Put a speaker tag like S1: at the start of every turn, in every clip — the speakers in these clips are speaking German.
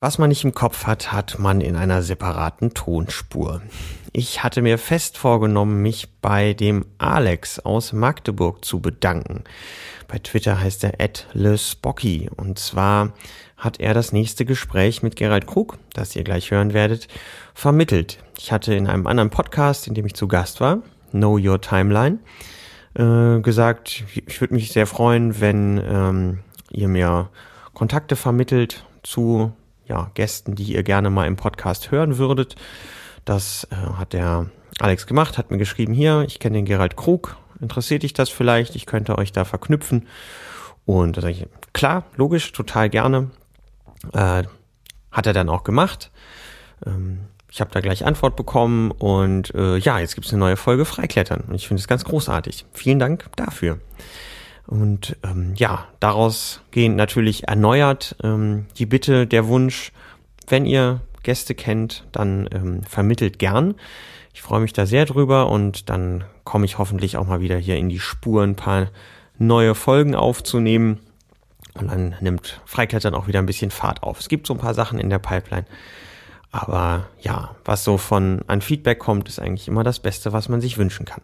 S1: Was man nicht im Kopf hat, hat man in einer separaten Tonspur. Ich hatte mir fest vorgenommen, mich bei dem Alex aus Magdeburg zu bedanken. Bei Twitter heißt er @lespocky. Und zwar hat er das nächste Gespräch mit Gerald Krug, das ihr gleich hören werdet, vermittelt. Ich hatte in einem anderen Podcast, in dem ich zu Gast war, Know Your Timeline, gesagt, ich würde mich sehr freuen, wenn ihr mir Kontakte vermittelt zu Gästen, die ihr gerne mal im Podcast hören würdet. Das hat der Alex gemacht, hat mir geschrieben, hier, ich kenne den Gerald Krug, interessiert dich das vielleicht? Ich könnte euch da verknüpfen. Und da sage ich, klar, logisch, total gerne. Hat er dann auch gemacht. Ich habe da gleich Antwort bekommen und jetzt gibt es eine neue Folge Freiklettern. Und ich finde es ganz großartig. Vielen Dank dafür. Und daraus gehen natürlich erneuert die Bitte, der Wunsch, wenn ihr Gäste kennt, dann vermittelt gern. Ich freue mich da sehr drüber und dann komme ich hoffentlich auch mal wieder hier in die Spur, ein paar neue Folgen aufzunehmen. Und dann nimmt Freiklettern auch wieder ein bisschen Fahrt auf. Es gibt so ein paar Sachen in der Pipeline. Aber ja, was so an Feedback kommt, ist eigentlich immer das Beste, was man sich wünschen kann.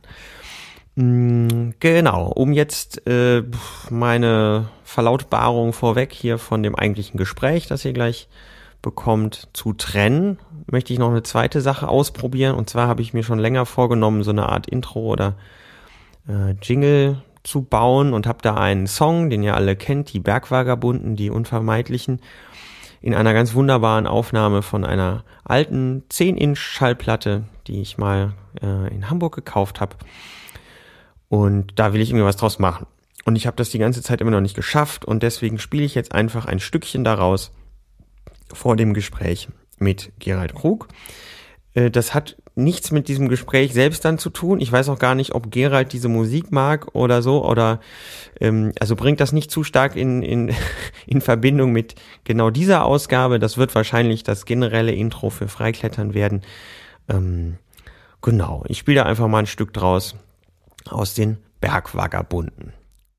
S1: Genau, um jetzt meine Verlautbarung vorweg hier von dem eigentlichen Gespräch, das ihr gleich bekommt, zu trennen, möchte ich noch eine zweite Sache ausprobieren. Und zwar habe ich mir schon länger vorgenommen, so eine Art Intro oder Jingle zu bauen und habe da einen Song, den ihr alle kennt, die Bergvagabunden, die Unvermeidlichen, in einer ganz wunderbaren Aufnahme von einer alten 10-Inch Schallplatte, die ich mal in Hamburg gekauft habe. Und da will ich irgendwie was draus machen. Und ich habe das die ganze Zeit immer noch nicht geschafft und deswegen spiele ich jetzt einfach ein Stückchen daraus vor dem Gespräch mit Gerald Krug. Das hat nichts mit diesem Gespräch selbst dann zu tun. Ich weiß auch gar nicht, ob Gerald diese Musik mag oder so, oder also bringt das nicht zu stark in Verbindung mit genau dieser Ausgabe. Das wird wahrscheinlich das generelle Intro für Freiklettern werden. Genau, ich spiele da einfach mal ein Stück draus aus den Bergvagabunden.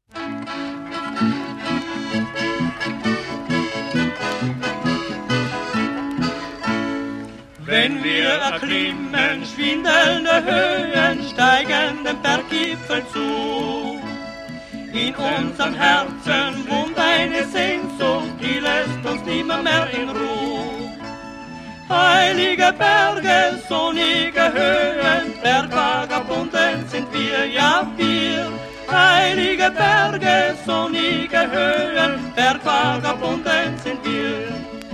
S2: Wenn wir erklimmen schwindelnde Höhen, steigen den Berggipfel zu. In unserem Herzen wohnt eine Sehnsucht, die lässt uns nimmermehr in Ruhe. Heilige Berge, sonnige Höhen, Bergvagabunden sind wir, ja wir. Heilige Berge, sonnige Höhen, Bergvagabunden sind wir.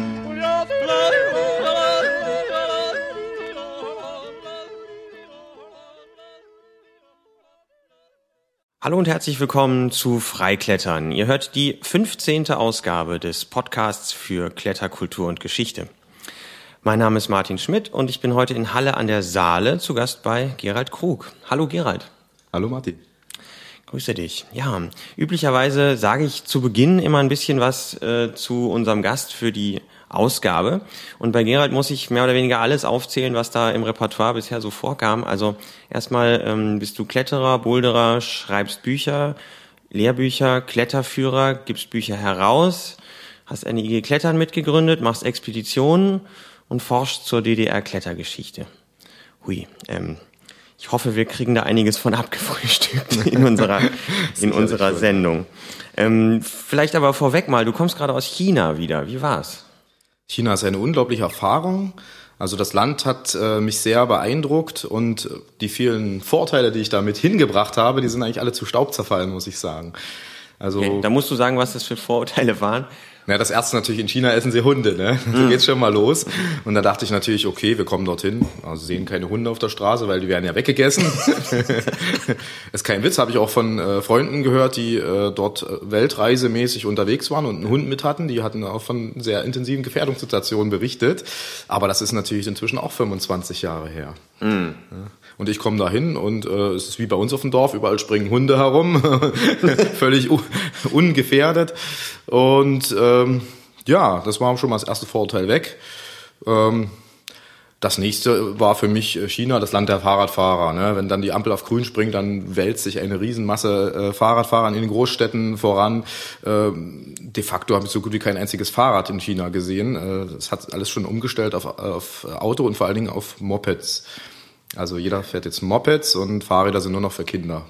S1: Hallo und herzlich willkommen zu Freiklettern. Ihr hört die 15. Ausgabe des Podcasts für Kletterkultur und Geschichte. Mein Name ist Martin Schmidt und ich bin heute in Halle an der Saale zu Gast bei Gerald Krug. Hallo Gerald.
S3: Hallo Martin.
S1: Grüße dich. Ja, üblicherweise sage ich zu Beginn immer ein bisschen was zu unserem Gast für die Ausgabe. Und bei Gerald muss ich mehr oder weniger alles aufzählen, was da im Repertoire bisher so vorkam. Also erstmal bist du Kletterer, Boulderer, schreibst Bücher, Lehrbücher, Kletterführer, gibst Bücher heraus, hast eine IG Klettern mitgegründet, machst Expeditionen und forschst zur DDR-Klettergeschichte. Hui, ich hoffe, wir kriegen da einiges von abgefrühstückt in unserer Sendung. Vielleicht aber vorweg mal, du kommst gerade aus China wieder. Wie war's?
S3: China ist eine unglaubliche Erfahrung. Also das Land hat mich sehr beeindruckt und die vielen Vorteile, die ich damit hingebracht habe, die sind eigentlich alle zu Staub zerfallen, muss ich sagen. Also
S1: okay, da musst du sagen, was das für Vorurteile waren.
S3: Na, das erste natürlich, in China essen sie Hunde, ne? So geht's schon mal los. Und da dachte ich natürlich, okay, wir kommen dorthin, also sehen keine Hunde auf der Straße, weil die werden ja weggegessen. Ist kein Witz, habe ich auch von Freunden gehört, die dort weltreisemäßig unterwegs waren und einen Hund mit hatten. Die hatten auch von sehr intensiven Gefährdungssituationen berichtet. Aber das ist natürlich inzwischen auch 25 Jahre her. Mhm. Ja. Und ich komme da hin und es ist wie bei uns auf dem Dorf, überall springen Hunde herum, völlig ungefährdet. Und das war schon mal das erste Vorurteil weg. Dann Das nächste war für mich China, das Land der Fahrradfahrer. Ne? Wenn dann die Ampel auf grün springt, dann wälzt sich eine Riesenmasse Fahrradfahrer in den Großstädten voran. De facto habe ich so gut wie kein einziges Fahrrad in China gesehen. Es hat alles schon umgestellt auf Auto und vor allen Dingen auf Mopeds. Also jeder fährt jetzt Mopeds und Fahrräder sind nur noch für Kinder.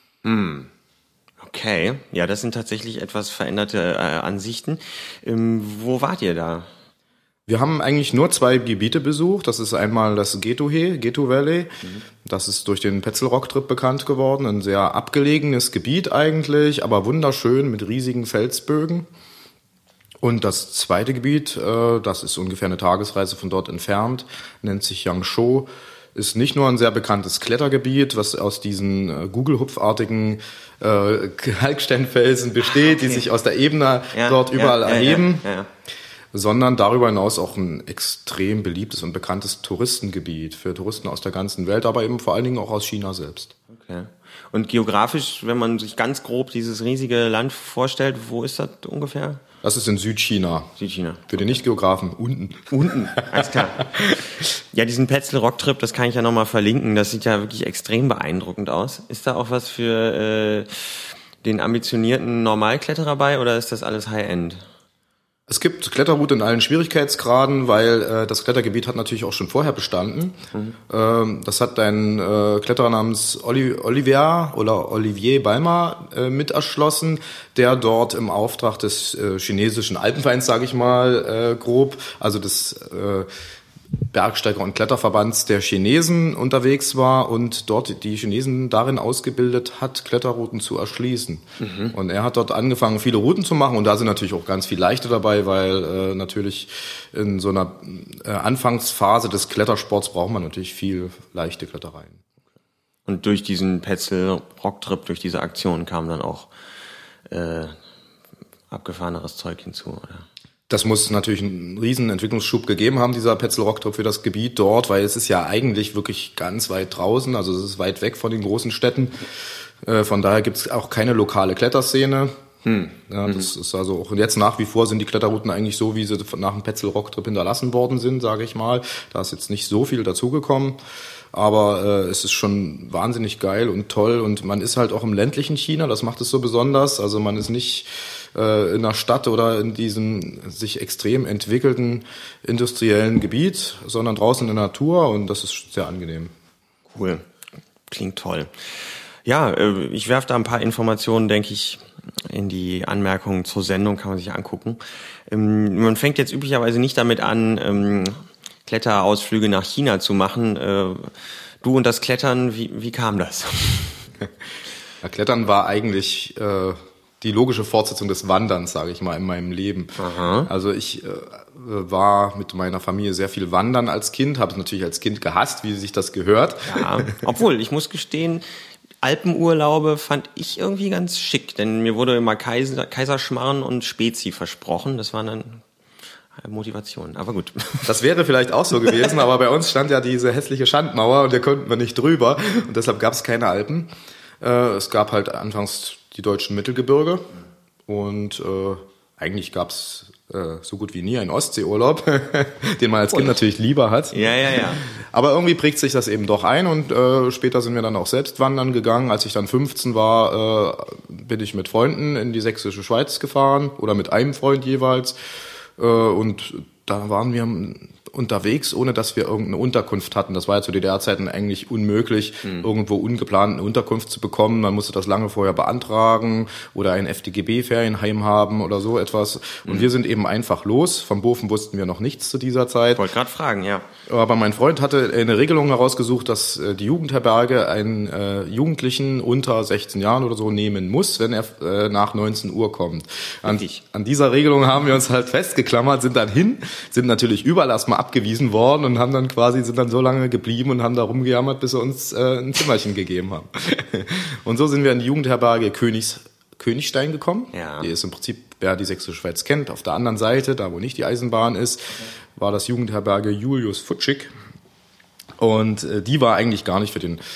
S1: Okay, ja, das sind tatsächlich etwas veränderte Ansichten. Wo wart ihr da?
S3: Wir haben eigentlich nur 2 Gebiete besucht. Das ist einmal das Geto Valley. Das ist durch den Petzl-Rock-Trip bekannt geworden. Ein sehr abgelegenes Gebiet eigentlich, aber wunderschön mit riesigen Felsbögen. Und das zweite Gebiet, das ist ungefähr eine Tagesreise von dort entfernt, nennt sich Yangshuo. Ist nicht nur ein sehr bekanntes Klettergebiet, was aus diesen Gugelhupfartigen Kalksteinfelsen besteht, die sich aus der Ebene dort überall erheben. Sondern darüber hinaus auch ein extrem beliebtes und bekanntes Touristengebiet für Touristen aus der ganzen Welt, aber eben vor allen Dingen auch aus China selbst.
S1: Okay. Und geografisch, wenn man sich ganz grob dieses riesige Land vorstellt, wo ist das ungefähr?
S3: Das ist in Südchina.
S1: Südchina.
S3: Für den Nicht-Geografen, unten.
S1: Unten, alles klar. Ja, diesen Petzl-Rock-Trip, das kann ich ja nochmal verlinken, das sieht ja wirklich extrem beeindruckend aus. Ist da auch was für den ambitionierten Normalkletterer bei oder ist das alles High-End?
S3: Es gibt Kletterroute in allen Schwierigkeitsgraden, weil das Klettergebiet hat natürlich auch schon vorher bestanden. Das hat ein Kletterer namens Olivier Balmer mit erschlossen, der dort im Auftrag des chinesischen Alpenvereins, sage ich mal, grob, also des Bergsteiger- und Kletterverbands der Chinesen unterwegs war und dort die Chinesen darin ausgebildet hat, Kletterrouten zu erschließen. Und er hat dort angefangen, viele Routen zu machen und da sind natürlich auch ganz viel leichte dabei, weil natürlich in so einer Anfangsphase des Klettersports braucht man natürlich viel leichte Klettereien.
S1: Und durch diesen Petzl-Rock-Trip, durch diese Aktion kam dann auch abgefahreneres Zeug hinzu, oder?
S3: Das muss natürlich einen riesen Entwicklungsschub gegeben haben, dieser Petzl-Rock-Trip für das Gebiet dort, weil es ist ja eigentlich wirklich ganz weit draußen, also es ist weit weg von den großen Städten. Von daher gibt es auch keine lokale Kletterszene. Ja, das ist also auch jetzt nach wie vor sind die Kletterrouten eigentlich so, wie sie nach dem Petzl-Rock-Trip hinterlassen worden sind, sage ich mal. Da ist jetzt nicht so viel dazugekommen. Aber es ist schon wahnsinnig geil und toll und man ist halt auch im ländlichen China, das macht es so besonders. Also man ist nicht in einer Stadt oder in diesem sich extrem entwickelten industriellen Gebiet, sondern draußen in der Natur und das ist sehr angenehm.
S1: Cool, klingt toll. Ja, ich werfe da ein paar Informationen, denke ich, in die Anmerkungen zur Sendung, kann man sich angucken. Man fängt jetzt üblicherweise nicht damit an, Kletterausflüge nach China zu machen. Du und das Klettern, wie kam das?
S3: Ja, Klettern war eigentlich die logische Fortsetzung des Wanderns, sage ich mal, in meinem Leben. Aha. Also ich war mit meiner Familie sehr viel wandern als Kind, habe es natürlich als Kind gehasst, wie sich das gehört.
S1: Ja, obwohl, ich muss gestehen, Alpenurlaube fand ich irgendwie ganz schick, denn mir wurde immer Kaiserschmarrn und Spezi versprochen. Das waren dann Motivation, aber gut.
S3: Das wäre vielleicht auch so gewesen, aber bei uns stand ja diese hässliche Schandmauer und da konnten wir nicht drüber und deshalb gab es keine Alpen. Es gab halt anfangs die deutschen Mittelgebirge und eigentlich gab es so gut wie nie einen Ostseeurlaub, den man als Kind natürlich lieber hat.
S1: Ja.
S3: Aber irgendwie prägt sich das eben doch ein und später sind wir dann auch selbst wandern gegangen. Als ich dann 15 war, bin ich mit Freunden in die sächsische Schweiz gefahren oder mit einem Freund jeweils und da waren wir unterwegs, ohne dass wir irgendeine Unterkunft hatten. Das war ja zu DDR-Zeiten eigentlich unmöglich, irgendwo ungeplant eine Unterkunft zu bekommen. Man musste das lange vorher beantragen oder ein FDGB-Ferienheim haben oder so etwas. Und wir sind eben einfach los. Vom Bofen wussten wir noch nichts zu dieser Zeit.
S1: Wollte gerade fragen, ja.
S3: Aber mein Freund hatte eine Regelung herausgesucht, dass die Jugendherberge einen Jugendlichen unter 16 Jahren oder so nehmen muss, wenn er nach 19 Uhr kommt. An dieser Regelung haben wir uns halt festgeklammert, sind dann hin, sind natürlich überall erstmal abgewiesen worden und sind dann so lange geblieben und haben da rumgejammert, bis sie uns ein Zimmerchen gegeben haben. Und so sind wir in die Jugendherberge Königstein gekommen. Ja. Die ist im Prinzip, wer die Sächsische Schweiz kennt, auf der anderen Seite, da wo nicht die Eisenbahn ist, war das Jugendherberge Julius Futschig. Und die war eigentlich gar nicht für den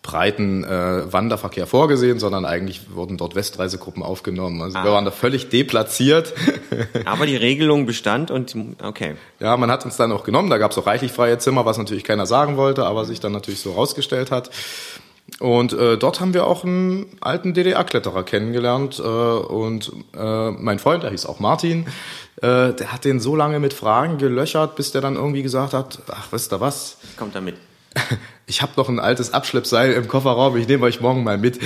S3: breiten Wanderverkehr vorgesehen, sondern eigentlich wurden dort Westreisegruppen aufgenommen. Also wir waren da völlig deplatziert.
S1: Aber die Regelung bestand und okay.
S3: Ja, man hat uns dann auch genommen. Da gab es auch reichlich freie Zimmer, was natürlich keiner sagen wollte, aber sich dann natürlich so rausgestellt hat. Und dort haben wir auch einen alten DDR-Kletterer kennengelernt. Und mein Freund, der hieß auch Martin, der hat den so lange mit Fragen gelöchert, bis der dann irgendwie gesagt hat, ach, wisst ihr was?
S1: Kommt da mit.
S3: Ich habe noch ein altes Abschleppseil im Kofferraum, ich nehme euch morgen mal mit.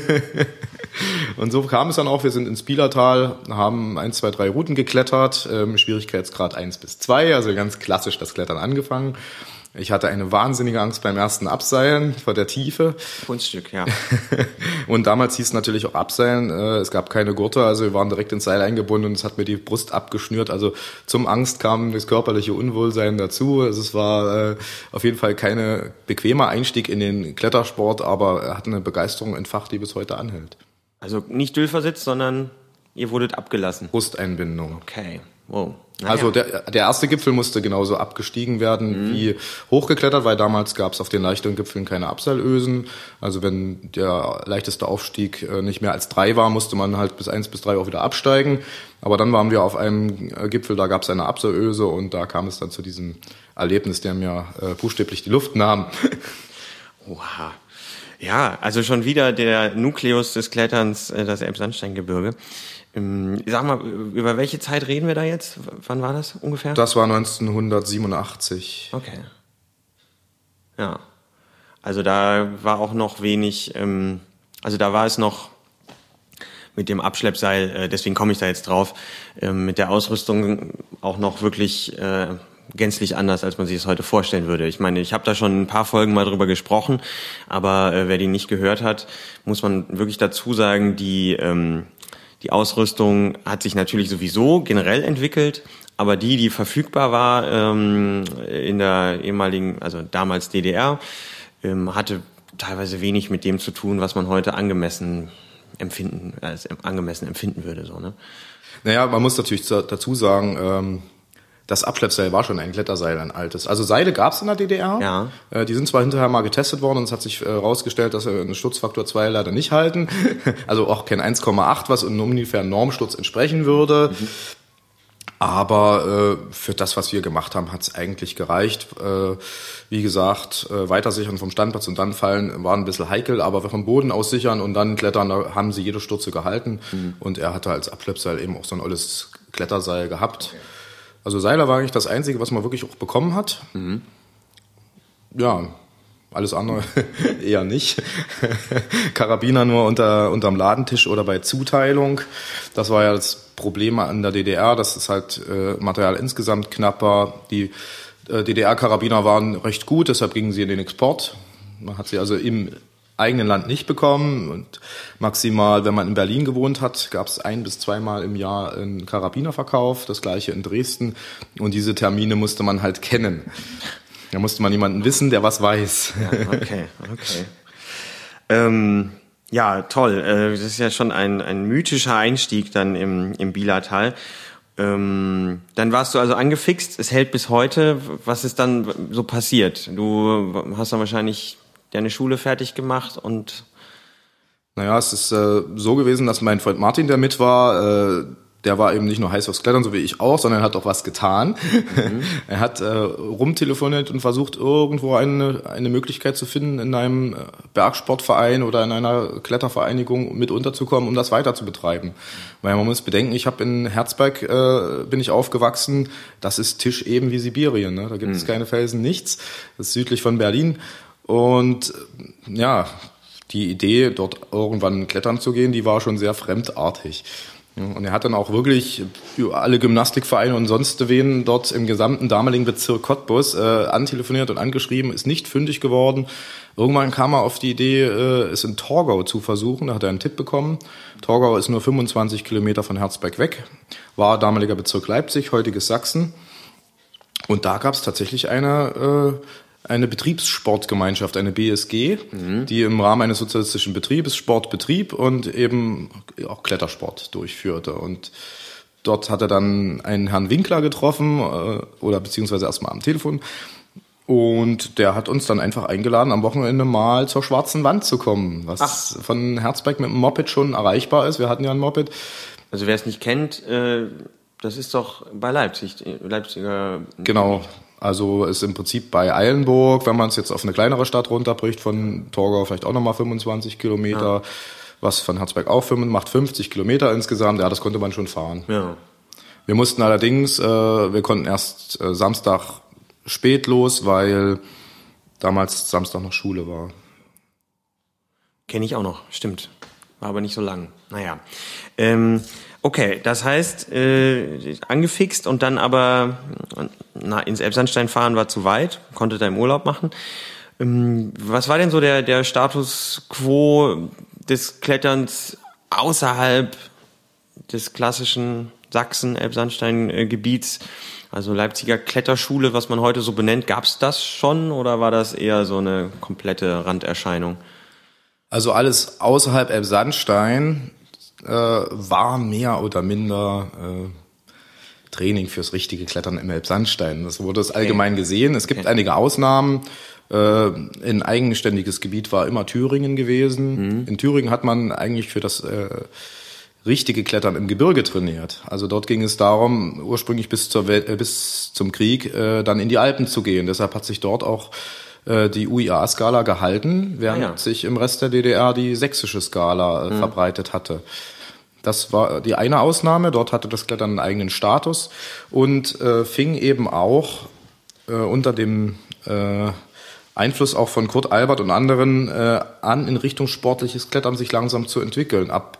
S3: Und so kam es dann auch, wir sind ins Bielertal, haben 1, 2, 3 Routen geklettert, Schwierigkeitsgrad 1 bis 2, also ganz klassisch das Klettern angefangen. Ich hatte eine wahnsinnige Angst beim ersten Abseilen vor der Tiefe.
S1: Kunststück, ja.
S3: Und damals hieß natürlich auch Abseilen. Es gab keine Gurte, also wir waren direkt ins Seil eingebunden und es hat mir die Brust abgeschnürt. Also zum Angst kam das körperliche Unwohlsein dazu. Also es war auf jeden Fall kein bequemer Einstieg in den Klettersport, aber er hat eine Begeisterung entfacht, die bis heute anhält.
S1: Also nicht Dülfersitz, sondern ihr wurdet abgelassen.
S3: Brusteinbindung.
S1: Okay, wow. Naja.
S3: Also der erste Gipfel musste genauso abgestiegen werden wie hochgeklettert, weil damals gab es auf den leichteren Gipfeln keine Abseilösen. Also wenn der leichteste Aufstieg nicht mehr als 3 war, musste man halt bis 1 bis 3 auch wieder absteigen. Aber dann waren wir auf einem Gipfel, da gab es eine Abseilöse und da kam es dann zu diesem Erlebnis, der mir buchstäblich die Luft nahm.
S1: Oha. Ja, also schon wieder der Nukleus des Kletterns, das Elbsandsteingebirge. Sag mal, über welche Zeit reden wir da jetzt? Wann war das ungefähr?
S3: Das war 1987.
S1: Okay. Ja. Also da war auch noch wenig, also da war es noch mit dem Abschleppseil, deswegen komme ich da jetzt drauf, mit der Ausrüstung auch noch wirklich gänzlich anders, als man sich es heute vorstellen würde. Ich meine, ich habe da schon ein paar Folgen mal drüber gesprochen, aber wer die nicht gehört hat, muss man wirklich dazu sagen, die Ausrüstung hat sich natürlich sowieso generell entwickelt, aber die verfügbar war in der ehemaligen, also damals DDR, hatte teilweise wenig mit dem zu tun, was man heute angemessen empfinden würde. So, ne?
S3: Naja, man muss natürlich dazu sagen, das Abschleppseil war schon ein Kletterseil, ein altes. Also Seile gab es in der DDR.
S1: Ja.
S3: Die sind zwar hinterher mal getestet worden und es hat sich herausgestellt, dass sie einen Sturzfaktor 2 leider nicht halten. Also auch kein 1,8, was ungefähr einem Normsturz entsprechen würde. Mhm. Aber für das, was wir gemacht haben, hat es eigentlich gereicht. Wie gesagt, weitersichern vom Standplatz und dann fallen war ein bisschen heikel, aber vom Boden aus sichern und dann klettern, da haben sie jede Stürze gehalten. Mhm. Und er hatte als Abschleppseil eben auch so ein olles Kletterseil gehabt. Okay. Also Seiler war eigentlich das Einzige, was man wirklich auch bekommen hat. Mhm. Ja, alles andere eher nicht. Karabiner nur unterm Ladentisch oder bei Zuteilung. Das war ja das Problem an der DDR, das ist halt Material insgesamt knapper. Die DDR-Karabiner waren recht gut, deshalb gingen sie in den Export. Man hat sie also im eigenen Land nicht bekommen und maximal, wenn man in Berlin gewohnt hat, gab es 1 bis 2 Mal im Jahr einen Karabinerverkauf, das gleiche in Dresden und diese Termine musste man halt kennen. Da musste man jemanden wissen, der was weiß.
S1: Ja, okay. Ja, toll. Das ist ja schon ein mythischer Einstieg dann im Bielertal. Dann warst du also angefixt, es hält bis heute. Was ist dann so passiert? Du hast dann wahrscheinlich deine Schule fertig gemacht und...
S3: Naja, es ist so gewesen, dass mein Freund Martin, der mit war, der war eben nicht nur heiß aufs Klettern, so wie ich auch, sondern er hat auch was getan. Mhm. Er hat rumtelefoniert und versucht, irgendwo eine Möglichkeit zu finden, in einem Bergsportverein oder in einer Klettervereinigung mit unterzukommen, um das weiter zu betreiben. Weil man muss bedenken, ich habe in Herzberg bin ich aufgewachsen, das ist Tisch eben wie Sibirien, ne? Da gibt es keine Felsen, nichts. Das ist südlich von Berlin. Und ja, die Idee, dort irgendwann klettern zu gehen, die war schon sehr fremdartig. Und er hat dann auch wirklich alle Gymnastikvereine und sonst wen dort im gesamten damaligen Bezirk Cottbus antelefoniert und angeschrieben, ist nicht fündig geworden. Irgendwann kam er auf die Idee, es in Torgau zu versuchen. Da hat er einen Tipp bekommen. Torgau ist nur 25 Kilometer von Herzberg weg, war damaliger Bezirk Leipzig, heutiges Sachsen. Und da gab es tatsächlich eine Betriebssportgemeinschaft, eine BSG, die im Rahmen eines sozialistischen Betriebes Sport betrieb und eben auch Klettersport durchführte. Und dort hat er dann einen Herrn Winkler getroffen, oder beziehungsweise erstmal am Telefon. Und der hat uns dann einfach eingeladen, am Wochenende mal zur Schwarzen Wand zu kommen, was von Herzberg mit dem Moped schon erreichbar ist. Wir hatten ja ein Moped.
S1: Also wer es nicht kennt, das ist doch bei Leipziger.
S3: Genau, also ist im Prinzip bei Eilenburg, wenn man es jetzt auf eine kleinere Stadt runterbricht, von Torgau vielleicht auch nochmal 25 Kilometer, was von Herzberg auch macht 50 Kilometer insgesamt. Ja, das konnte man schon fahren.
S1: Ja.
S3: Wir mussten allerdings, wir konnten erst Samstag spät los, weil damals Samstag noch Schule war.
S1: Kenne ich auch noch, stimmt. War aber nicht so lang. Naja. Okay, das heißt, angefixt und dann aber ins Elbsandstein fahren war zu weit, konnte da im Urlaub machen. Was war denn so der Status quo des Kletterns außerhalb des klassischen Sachsen-Elbsandstein-Gebiets? Also Leipziger Kletterschule, was man heute so benennt, gab's das schon oder war das eher so eine komplette Randerscheinung?
S3: Also alles außerhalb Elbsandstein war mehr oder minder Training fürs richtige Klettern im Elbsandstein. Das wurde allgemein gesehen. Es gibt einige Ausnahmen. Ein eigenständiges Gebiet war immer Thüringen gewesen. In Thüringen hat man eigentlich für das richtige Klettern im Gebirge trainiert. Also dort ging es darum, ursprünglich bis zum Krieg dann in die Alpen zu gehen. Deshalb hat sich dort auch die UIA-Skala gehalten, während sich im Rest der DDR die sächsische Skala verbreitet hatte. Das war die eine Ausnahme. Dort hatte das Klettern einen eigenen Status und fing eben auch unter dem Einfluss auch von Kurt Albert und anderen an, in Richtung sportliches Klettern sich langsam zu entwickeln. Ab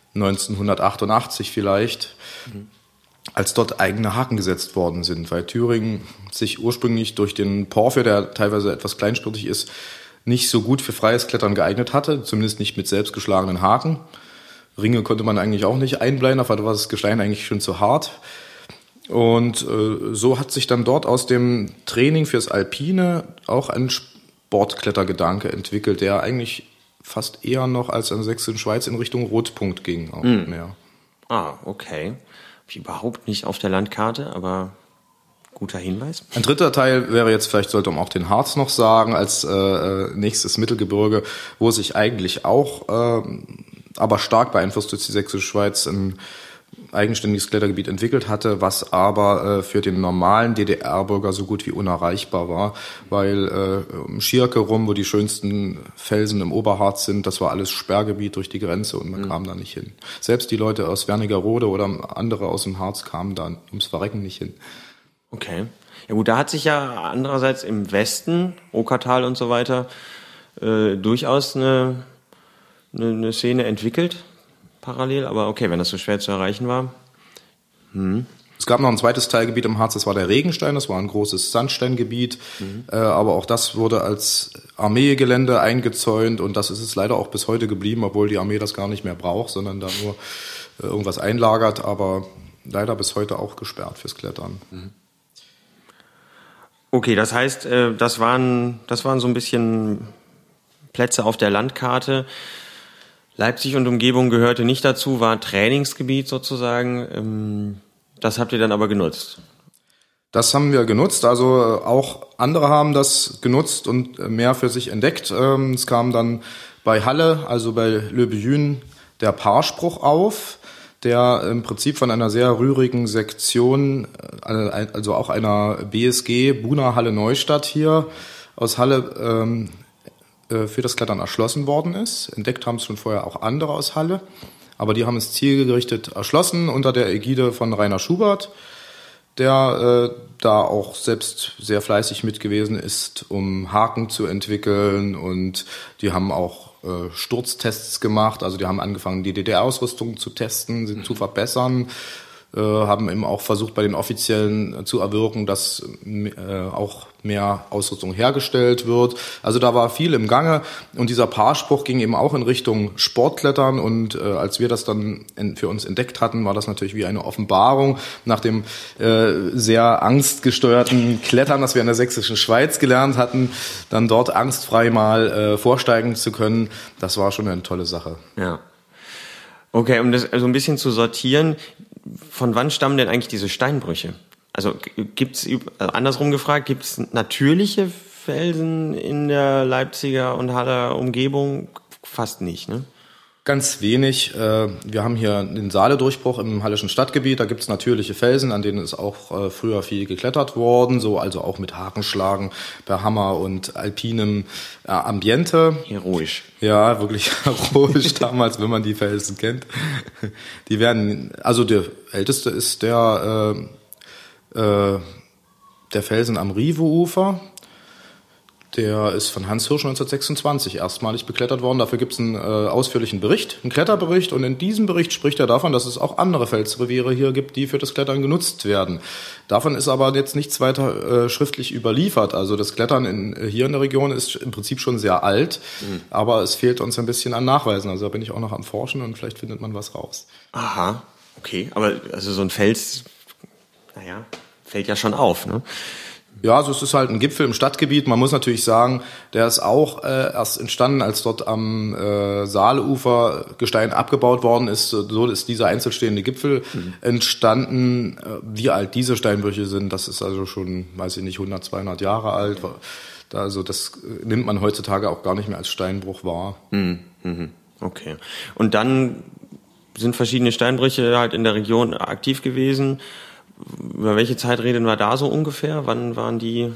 S3: 1988 vielleicht, als dort eigene Haken gesetzt worden sind, weil Thüringen sich ursprünglich durch den Porphyr, der teilweise etwas kleinspurtig ist, nicht so gut für freies Klettern geeignet hatte, zumindest nicht mit selbstgeschlagenen Haken. Ringe konnte man eigentlich auch nicht einbleiben, dafür war das Gestein eigentlich schon zu hart. Und so hat sich dann dort aus dem Training fürs Alpine auch ein Sportklettergedanke entwickelt, der eigentlich fast eher noch als in der Sächsischen Schweiz in Richtung Rotpunkt ging. Auch mehr.
S1: Ah, okay. Hab ich überhaupt nicht auf der Landkarte, aber guter Hinweis.
S3: Ein dritter Teil wäre jetzt, vielleicht sollte man auch den Harz noch sagen, als nächstes Mittelgebirge, wo sich eigentlich auch, aber stark beeinflusst durch die Sächsische Schweiz, ein eigenständiges Klettergebiet entwickelt hatte, was aber für den normalen DDR-Bürger so gut wie unerreichbar war, weil um Schierke rum, wo die schönsten Felsen im Oberharz sind, das war alles Sperrgebiet durch die Grenze und man kam da nicht hin. Selbst die Leute aus Wernigerode oder andere aus dem Harz kamen da ums Verrecken nicht hin.
S1: Okay. Ja gut, da hat sich ja andererseits im Westen, Okertal und so weiter, durchaus eine Szene entwickelt. Parallel, aber okay, wenn das so schwer zu erreichen war.
S3: Es gab noch ein zweites Teilgebiet im Harz, das war der Regenstein, das war ein großes Sandsteingebiet, aber auch das wurde als Armeegelände eingezäunt und das ist es leider auch bis heute geblieben, obwohl die Armee das gar nicht mehr braucht, sondern da nur irgendwas einlagert, aber leider bis heute auch gesperrt fürs Klettern.
S1: Okay, das heißt, das waren so ein bisschen Plätze auf der Landkarte. Leipzig und Umgebung gehörte nicht dazu, war Trainingsgebiet sozusagen. Das habt ihr dann aber genutzt?
S3: Das haben wir genutzt, also auch andere haben das genutzt und mehr für sich entdeckt. Es kam dann bei Halle, also bei Le Buyün, der Paarspruch auf, der im Prinzip von einer sehr rührigen Sektion, also auch einer BSG, Buna Halle Neustadt hier aus Halle, für das Klettern erschlossen worden ist. Entdeckt haben es schon vorher auch andere aus Halle, aber die haben es zielgerichtet erschlossen unter der Ägide von Rainer Schubert, der da auch selbst sehr fleißig mit gewesen ist, um Haken zu entwickeln, und die haben auch Sturztests gemacht, also die haben angefangen, die DDR-Ausrüstung zu testen, sie zu verbessern, haben eben auch versucht, bei den Offiziellen zu erwirken, dass auch mehr Ausrüstung hergestellt wird. Also da war viel im Gange und dieser Paarspruch ging eben auch in Richtung Sportklettern, und als wir das dann für uns entdeckt hatten, war das natürlich wie eine Offenbarung nach dem sehr angstgesteuerten Klettern, das wir in der Sächsischen Schweiz gelernt hatten, dann dort angstfrei mal vorsteigen zu können. Das war schon eine tolle Sache.
S1: Ja. Okay, um das so ein bisschen zu sortieren, von wann stammen denn eigentlich diese Steinbrüche? Also gibt's, andersrum gefragt, gibt's natürliche Felsen in der Leipziger und Haller Umgebung? Fast nicht, ne?
S3: Ganz wenig. Wir haben hier den Saale-Durchbruch im Hallischen Stadtgebiet. Da gibt's natürliche Felsen, an denen ist auch früher viel geklettert worden, so also auch mit Hakenschlagen per Hammer und alpinem Ambiente.
S1: Heroisch.
S3: Ja, wirklich heroisch damals, wenn man die Felsen kennt. Die werden, also der älteste ist der Felsen am Rive-Ufer. Der ist von Hans Hirsch 1926 erstmalig beklettert worden. Dafür gibt es einen ausführlichen Bericht, einen Kletterbericht. Und in diesem Bericht spricht er davon, dass es auch andere Felsreviere hier gibt, die für das Klettern genutzt werden. Davon ist aber jetzt nichts weiter schriftlich überliefert. Also das Klettern hier in der Region ist im Prinzip schon sehr alt, aber es fehlt uns ein bisschen an Nachweisen. Also da bin ich auch noch am Forschen und vielleicht findet man was raus.
S1: Aha, okay. Aber also so ein Fels, fällt ja schon auf, ne?
S3: Ja, also es ist halt ein Gipfel im Stadtgebiet. Man muss natürlich sagen, der ist auch erst entstanden, als dort am Saalufer Gestein abgebaut worden ist. So ist dieser einzelstehende Gipfel entstanden. Wie alt diese Steinbrüche sind, das ist also schon, weiß ich nicht, 100, 200 Jahre alt. Also das nimmt man heutzutage auch gar nicht mehr als Steinbruch wahr.
S1: Okay. Und dann sind verschiedene Steinbrüche halt in der Region aktiv gewesen. Über welche Zeit reden wir da so ungefähr? Wann waren die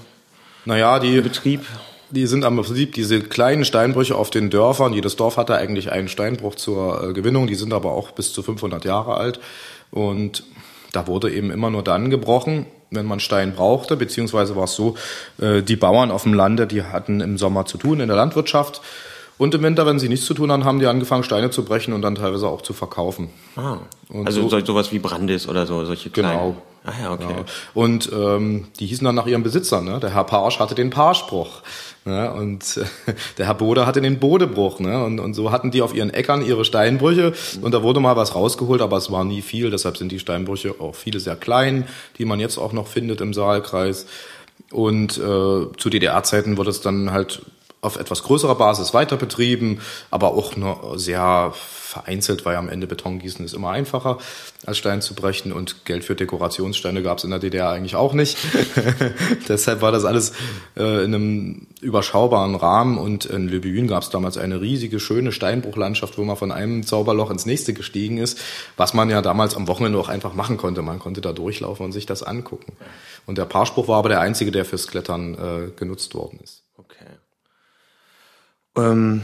S1: in Betrieb?
S3: Die sind am Prinzip diese kleinen Steinbrüche auf den Dörfern. Jedes Dorf hatte eigentlich einen Steinbruch zur Gewinnung. Die sind aber auch bis zu 500 Jahre alt. Und da wurde eben immer nur dann gebrochen, wenn man Stein brauchte. Beziehungsweise war es so, die Bauern auf dem Lande, die hatten im Sommer zu tun in der Landwirtschaft. Und im Winter, wenn sie nichts zu tun haben, haben die angefangen, Steine zu brechen und dann teilweise auch zu verkaufen.
S1: Und also sowas wie Brandis oder so, solche kleinen.
S3: Genau.
S1: Ah ja, okay.
S3: Ja. Und die hießen dann nach ihrem Besitzer. Ne? Der Herr Parsch hatte den Parschbruch. Ne? Und der Herr Bode hatte den Bodebruch. Ne? Und so hatten die auf ihren Äckern ihre Steinbrüche. Und da wurde mal was rausgeholt, aber es war nie viel. Deshalb sind die Steinbrüche auch viele sehr klein, die man jetzt auch noch findet im Saalkreis. Und zu DDR-Zeiten wurde es dann halt auf etwas größerer Basis weiter betrieben, aber auch nur sehr vereinzelt, weil am Ende Betongießen ist immer einfacher, als Stein zu brechen, und Geld für Dekorationssteine gab es in der DDR eigentlich auch nicht. Deshalb war das alles in einem überschaubaren Rahmen, und in Le Buyne gab es damals eine riesige, schöne Steinbruchlandschaft, wo man von einem Zauberloch ins nächste gestiegen ist, was man ja damals am Wochenende auch einfach machen konnte. Man konnte da durchlaufen und sich das angucken. Und der Parschbruch war aber der einzige, der fürs Klettern genutzt worden ist.
S1: Okay. Dann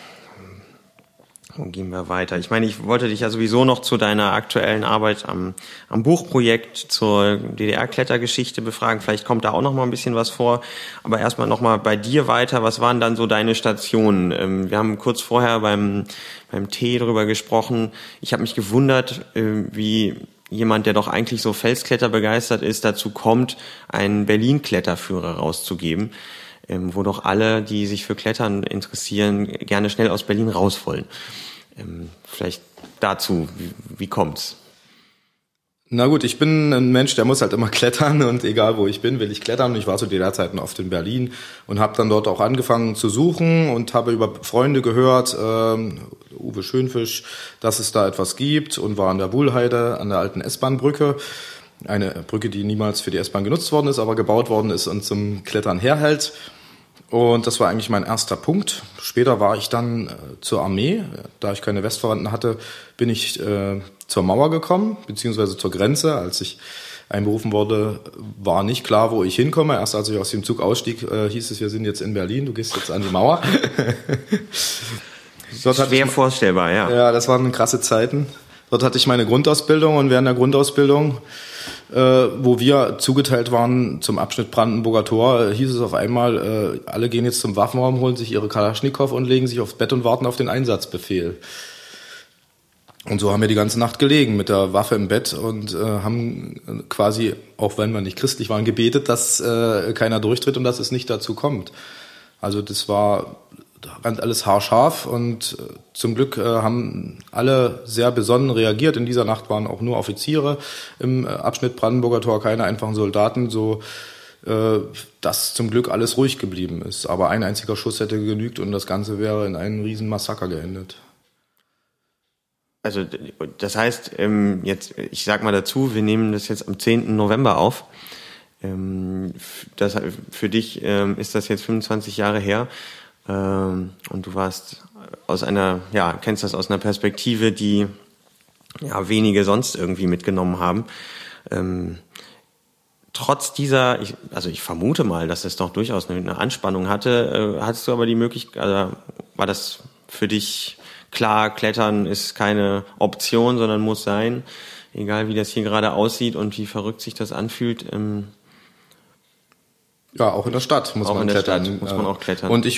S1: gehen wir weiter. Ich meine, ich wollte dich ja sowieso noch zu deiner aktuellen Arbeit am Buchprojekt zur DDR-Klettergeschichte befragen. Vielleicht kommt da auch noch mal ein bisschen was vor. Aber erstmal noch mal bei dir weiter. Was waren dann so deine Stationen? Wir haben kurz vorher beim Tee drüber gesprochen. Ich habe mich gewundert, wie jemand, der doch eigentlich so Felskletter begeistert ist, dazu kommt, einen Berlin-Kletterführer rauszugeben, wo doch alle, die sich für Klettern interessieren, gerne schnell aus Berlin raus wollen. Vielleicht dazu, wie kommt's?
S3: Na gut, ich bin ein Mensch, der muss halt immer klettern, und egal wo ich bin, will ich klettern. Und ich war zu DDR-Zeiten oft in Berlin und habe dann dort auch angefangen zu suchen und habe über Freunde gehört, Uwe Schönfisch, dass es da etwas gibt, und war an der Wuhlheide, an der alten S-Bahn-Brücke. Eine Brücke, die niemals für die S-Bahn genutzt worden ist, aber gebaut worden ist und zum Klettern herhält. Und das war eigentlich mein erster Punkt. Später war ich dann zur Armee. Da ich keine Westverwandten hatte, bin ich zur Mauer gekommen, beziehungsweise zur Grenze. Als ich einberufen wurde, war nicht klar, wo ich hinkomme. Erst als ich aus dem Zug ausstieg, hieß es, wir sind jetzt in Berlin, du gehst jetzt an die Mauer.
S1: Schwer vorstellbar, ja.
S3: Ja, das waren krasse Zeiten. Dort hatte ich meine Grundausbildung, und während der Grundausbildung, wo wir zugeteilt waren zum Abschnitt Brandenburger Tor, hieß es auf einmal, alle gehen jetzt zum Waffenraum, holen sich ihre Kalaschnikow und legen sich aufs Bett und warten auf den Einsatzbefehl. Und so haben wir die ganze Nacht gelegen mit der Waffe im Bett und haben quasi, auch wenn wir nicht christlich waren, gebetet, dass keiner durchtritt und dass es nicht dazu kommt. Also das war alles haarscharf, und zum Glück haben alle sehr besonnen reagiert. In dieser Nacht waren auch nur Offiziere im Abschnitt Brandenburger Tor, keine einfachen Soldaten, so dass zum Glück alles ruhig geblieben ist. Aber ein einziger Schuss hätte genügt und das Ganze wäre in einem riesen Massaker geendet.
S1: Also das heißt, jetzt, ich sag mal dazu, wir nehmen das jetzt am 10. November auf. Das, für dich ist das jetzt 25 Jahre her. Und du warst kennst das aus einer Perspektive, die wenige sonst irgendwie mitgenommen haben. Trotz dieser, ich vermute mal, dass es doch durchaus eine Anspannung hatte, hattest du aber die Möglichkeit, also war das für dich klar, Klettern ist keine Option, sondern muss sein, egal wie das hier gerade aussieht und wie verrückt sich das anfühlt.
S3: Ja, auch in der Stadt muss man klettern.
S1: Stadt muss man auch klettern.
S3: Und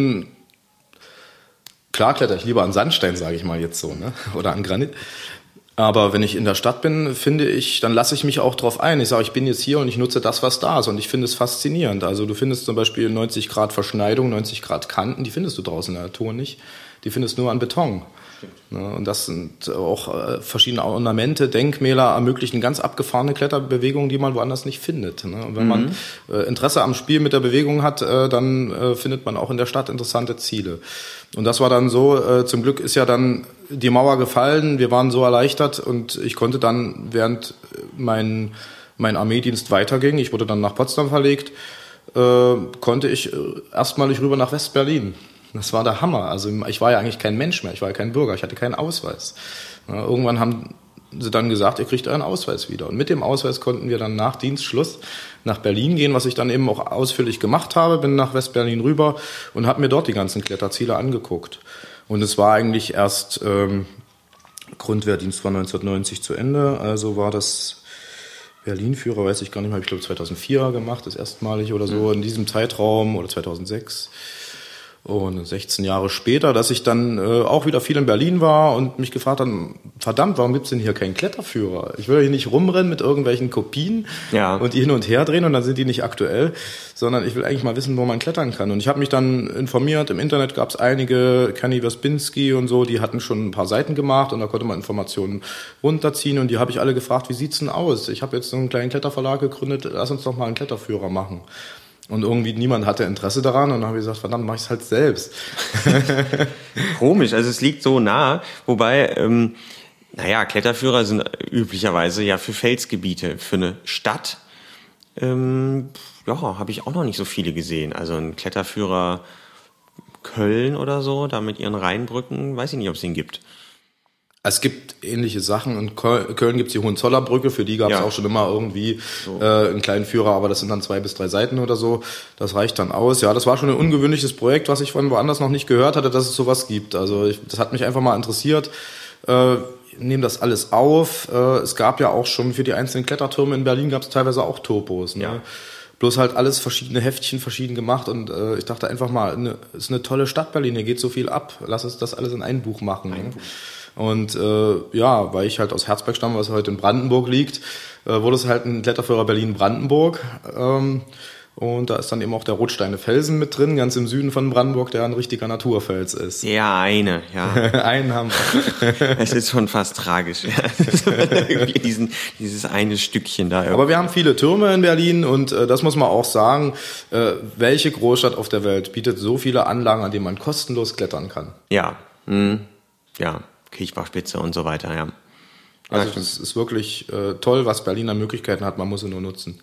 S3: klar kletter ich lieber an Sandstein, sage ich mal jetzt so, ne? Oder an Granit. Aber wenn ich in der Stadt bin, dann lasse ich mich auch drauf ein. Ich sage, ich bin jetzt hier und ich nutze das, was da ist. Und ich finde es faszinierend. Also du findest zum Beispiel 90 Grad Verschneidung, 90 Grad Kanten, die findest du draußen in der Natur nicht. Die findest du nur an Beton. Und das sind auch verschiedene Ornamente, Denkmäler ermöglichen ganz abgefahrene Kletterbewegungen, die man woanders nicht findet. Und wenn man Interesse am Spiel mit der Bewegung hat, dann findet man auch in der Stadt interessante Ziele. Und das war dann so, zum Glück ist ja dann die Mauer gefallen, wir waren so erleichtert und ich konnte dann, während mein Armeedienst weiterging, ich wurde dann nach Potsdam verlegt, konnte ich erstmalig rüber nach West-Berlin. Das war der Hammer. Also ich war ja eigentlich kein Mensch mehr, ich war ja kein Bürger, ich hatte keinen Ausweis. Irgendwann haben sie dann gesagt, ihr kriegt euren Ausweis wieder. Und mit dem Ausweis konnten wir dann nach Dienstschluss nach Berlin gehen, was ich dann eben auch ausführlich gemacht habe, bin nach West-Berlin rüber und habe mir dort die ganzen Kletterziele angeguckt. Und es war eigentlich erst, Grundwehrdienst war 1990 zu Ende, also war das Berlin-Führer, weiß ich gar nicht mehr, habe ich glaube 2004 gemacht, das erstmalig oder so, in diesem Zeitraum, oder 2006. Und 16 Jahre später, dass ich dann auch wieder viel in Berlin war und mich gefragt habe, verdammt, warum gibt's denn hier keinen Kletterführer? Ich will hier nicht rumrennen mit irgendwelchen Kopien und die hin und her drehen und dann sind die nicht aktuell, sondern ich will eigentlich mal wissen, wo man klettern kann. Und ich habe mich dann informiert, im Internet gab's einige, Kenny Wespinski und so, die hatten schon ein paar Seiten gemacht und da konnte man Informationen runterziehen und die habe ich alle gefragt, wie sieht's denn aus? Ich habe jetzt so einen kleinen Kletterverlag gegründet, lass uns doch mal einen Kletterführer machen. Und irgendwie niemand hatte Interesse daran und dann habe ich gesagt, verdammt, mach ich's halt selbst.
S1: Komisch, also es liegt so nah, wobei, Kletterführer sind üblicherweise ja für Felsgebiete, für eine Stadt, habe ich auch noch nicht so viele gesehen. Also ein Kletterführer Köln oder so, da mit ihren Rheinbrücken, weiß ich nicht, ob es den gibt.
S3: Es gibt ähnliche Sachen. In Köln gibt's die Hohenzollernbrücke, für die gab's auch schon immer irgendwie einen kleinen Führer, aber das sind dann 2 bis 3 Seiten oder so. Das reicht dann aus. Ja, das war schon ein ungewöhnliches Projekt, was ich von woanders noch nicht gehört hatte, dass es sowas gibt. Also das hat mich einfach mal interessiert. Nehmen das alles auf. Es gab ja auch schon für die einzelnen Klettertürme in Berlin gab's teilweise auch Topos. Ne? Ja. Bloß halt alles verschiedene Heftchen, verschieden gemacht und ich dachte einfach mal, ist eine tolle Stadt Berlin, hier geht so viel ab. Lass uns das alles in ein Buch machen. Ne? Und weil ich halt aus Herzberg stamme, was heute in Brandenburg liegt, wurde es halt ein Kletterführer Berlin-Brandenburg. Und da ist dann eben auch der Rotsteine Felsen mit drin, ganz im Süden von Brandenburg, der ein richtiger Naturfels ist.
S1: Ja, einen haben wir. Es ist schon fast tragisch. Dieses eine Stückchen da.
S3: Aber wir haben viele Türme in Berlin und das muss man auch sagen, welche Großstadt auf der Welt bietet so viele Anlagen, an denen man kostenlos klettern kann?
S1: Ja, Kirchbachspitze und so weiter, ja.
S3: Also es ist wirklich toll, was Berlin an Möglichkeiten hat, man muss sie nur nutzen.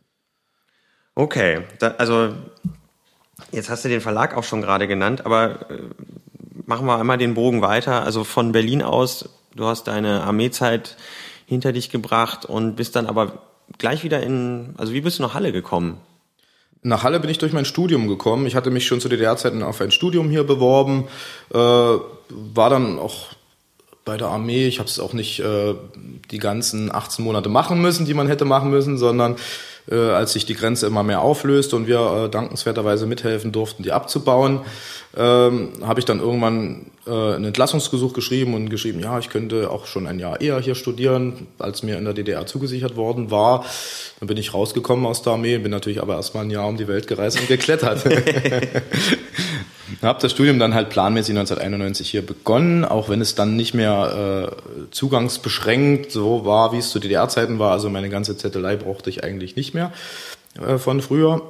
S1: Okay, also jetzt hast du den Verlag auch schon gerade genannt, aber machen wir einmal den Bogen weiter. Also von Berlin aus, du hast deine Armeezeit hinter dich gebracht und bist dann aber gleich wieder wie bist du nach Halle gekommen?
S3: Nach Halle bin ich durch mein Studium gekommen. Ich hatte mich schon zu DDR-Zeiten auf ein Studium hier beworben, war dann auch bei der Armee. Ich habe es auch nicht die ganzen 18 Monate machen müssen, die man hätte machen müssen, sondern als sich die Grenze immer mehr auflöste und wir dankenswerterweise mithelfen durften, die abzubauen, habe ich dann irgendwann ein Entlassungsgesuch geschrieben, ja, ich könnte auch schon ein Jahr eher hier studieren, als mir in der DDR zugesichert worden war. Dann bin ich rausgekommen aus der Armee, bin natürlich aber erstmal ein Jahr um die Welt gereist und geklettert. Habe das Studium dann halt planmäßig 1991 hier begonnen, auch wenn es dann nicht mehr zugangsbeschränkt so war, wie es zu DDR-Zeiten war. Also meine ganze Zettelei brauchte ich eigentlich nicht mehr von früher.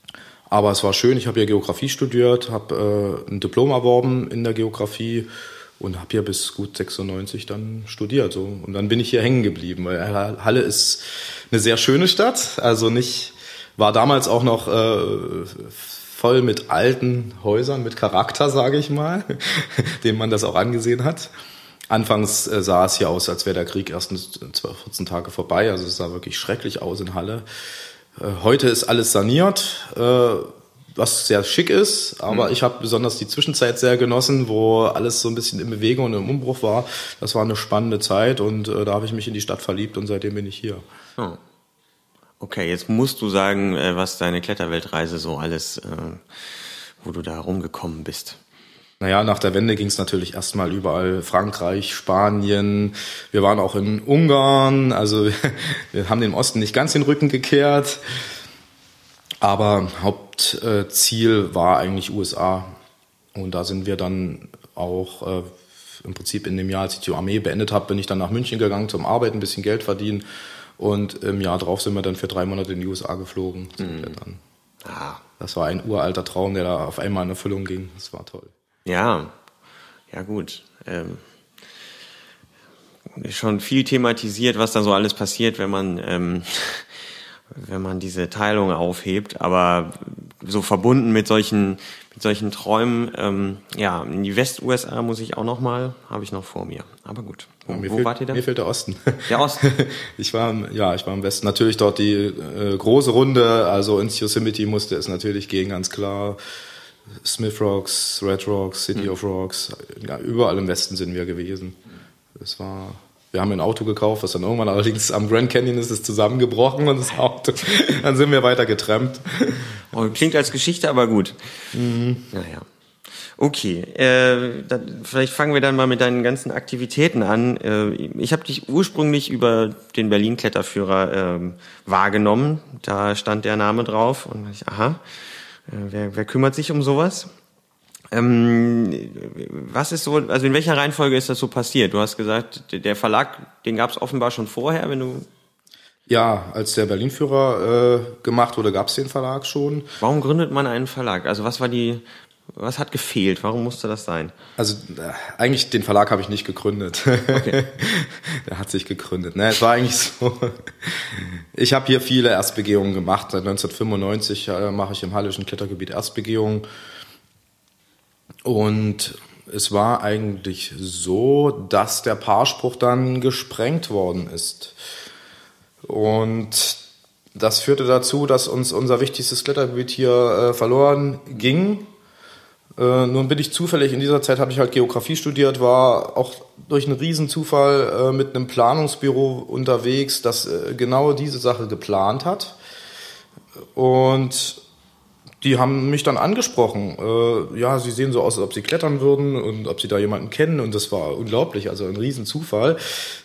S3: Aber es war schön, ich habe hier Geografie studiert, habe ein Diplom erworben in der Geografie und habe hier bis gut 96 dann studiert. So. Und dann bin ich hier hängen geblieben, weil Halle ist eine sehr schöne Stadt, also war damals auch noch voll mit alten Häusern, mit Charakter, sage ich mal, dem man das auch angesehen hat. Anfangs sah es hier aus, als wäre der Krieg erst 12, 14 Tage vorbei. Also es sah wirklich schrecklich aus in Halle. Heute ist alles saniert, was sehr schick ist. Aber ich habe besonders die Zwischenzeit sehr genossen, wo alles so ein bisschen in Bewegung und im Umbruch war. Das war eine spannende Zeit und da habe ich mich in die Stadt verliebt und seitdem bin ich hier.
S1: Oh. Okay, jetzt musst du sagen, was deine Kletterweltreise so alles, wo du da rumgekommen bist.
S3: Naja, nach der Wende ging es natürlich erstmal überall, Frankreich, Spanien, wir waren auch in Ungarn, also wir haben dem Osten nicht ganz den Rücken gekehrt, aber Hauptziel war eigentlich USA und da sind wir dann auch im Prinzip in dem Jahr, als ich die Armee beendet habe, bin ich dann nach München gegangen zum Arbeiten, ein bisschen Geld verdienen und im Jahr drauf sind wir dann für 3 Monate in die USA geflogen zum Klettern. Das war ein uralter Traum, der da auf einmal in Erfüllung ging, das war toll.
S1: Ja gut. Schon viel thematisiert, was da so alles passiert, wenn man diese Teilung aufhebt, aber so verbunden mit solchen Träumen, in die West-USA muss ich auch habe ich noch vor mir. Aber gut. Wo wart ihr da?
S3: Mir fehlt der Osten.
S1: Der Osten?
S3: Ich war im Westen. Natürlich dort die große Runde, also ins Yosemite musste es natürlich gehen, ganz klar. Smith Rocks, Red Rocks, City of Rocks, ja, überall im Westen sind wir gewesen. Wir haben ein Auto gekauft, was dann irgendwann allerdings am Grand Canyon ist zusammengebrochen und das Auto, dann sind wir weiter getrampt.
S1: Oh, klingt als Geschichte, aber gut. Naja. Okay, vielleicht fangen wir dann mal mit deinen ganzen Aktivitäten an. Ich habe dich ursprünglich über den Berlin-Kletterführer wahrgenommen. Da stand der Name drauf und ich, wer kümmert sich um sowas? Was ist so, also in welcher Reihenfolge ist das so passiert? Du hast gesagt, der Verlag, den gab es offenbar schon vorher, wenn du...
S3: Ja, als der Berlin-Führer gemacht wurde, gab es den Verlag schon.
S1: Warum gründet man einen Verlag? Also was hat gefehlt? Warum musste das sein?
S3: Also eigentlich den Verlag habe ich nicht gegründet.
S1: Okay.
S3: Der hat sich gegründet. Es war eigentlich so, ich habe hier viele Erstbegehungen gemacht. Seit 1995 mache ich im Hallischen Klettergebiet Erstbegehungen. Und es war eigentlich so, dass der Paarspruch dann gesprengt worden ist. Und das führte dazu, dass uns unser wichtigstes Klettergebiet hier verloren ging. Nun bin ich zufällig, in dieser Zeit habe ich halt Geografie studiert, war auch durch einen Riesenzufall mit einem Planungsbüro unterwegs, das genau diese Sache geplant hat. Und die haben mich dann angesprochen. Sie sehen so aus, als ob sie klettern würden und ob sie da jemanden kennen. Und das war unglaublich, also ein Riesenzufall.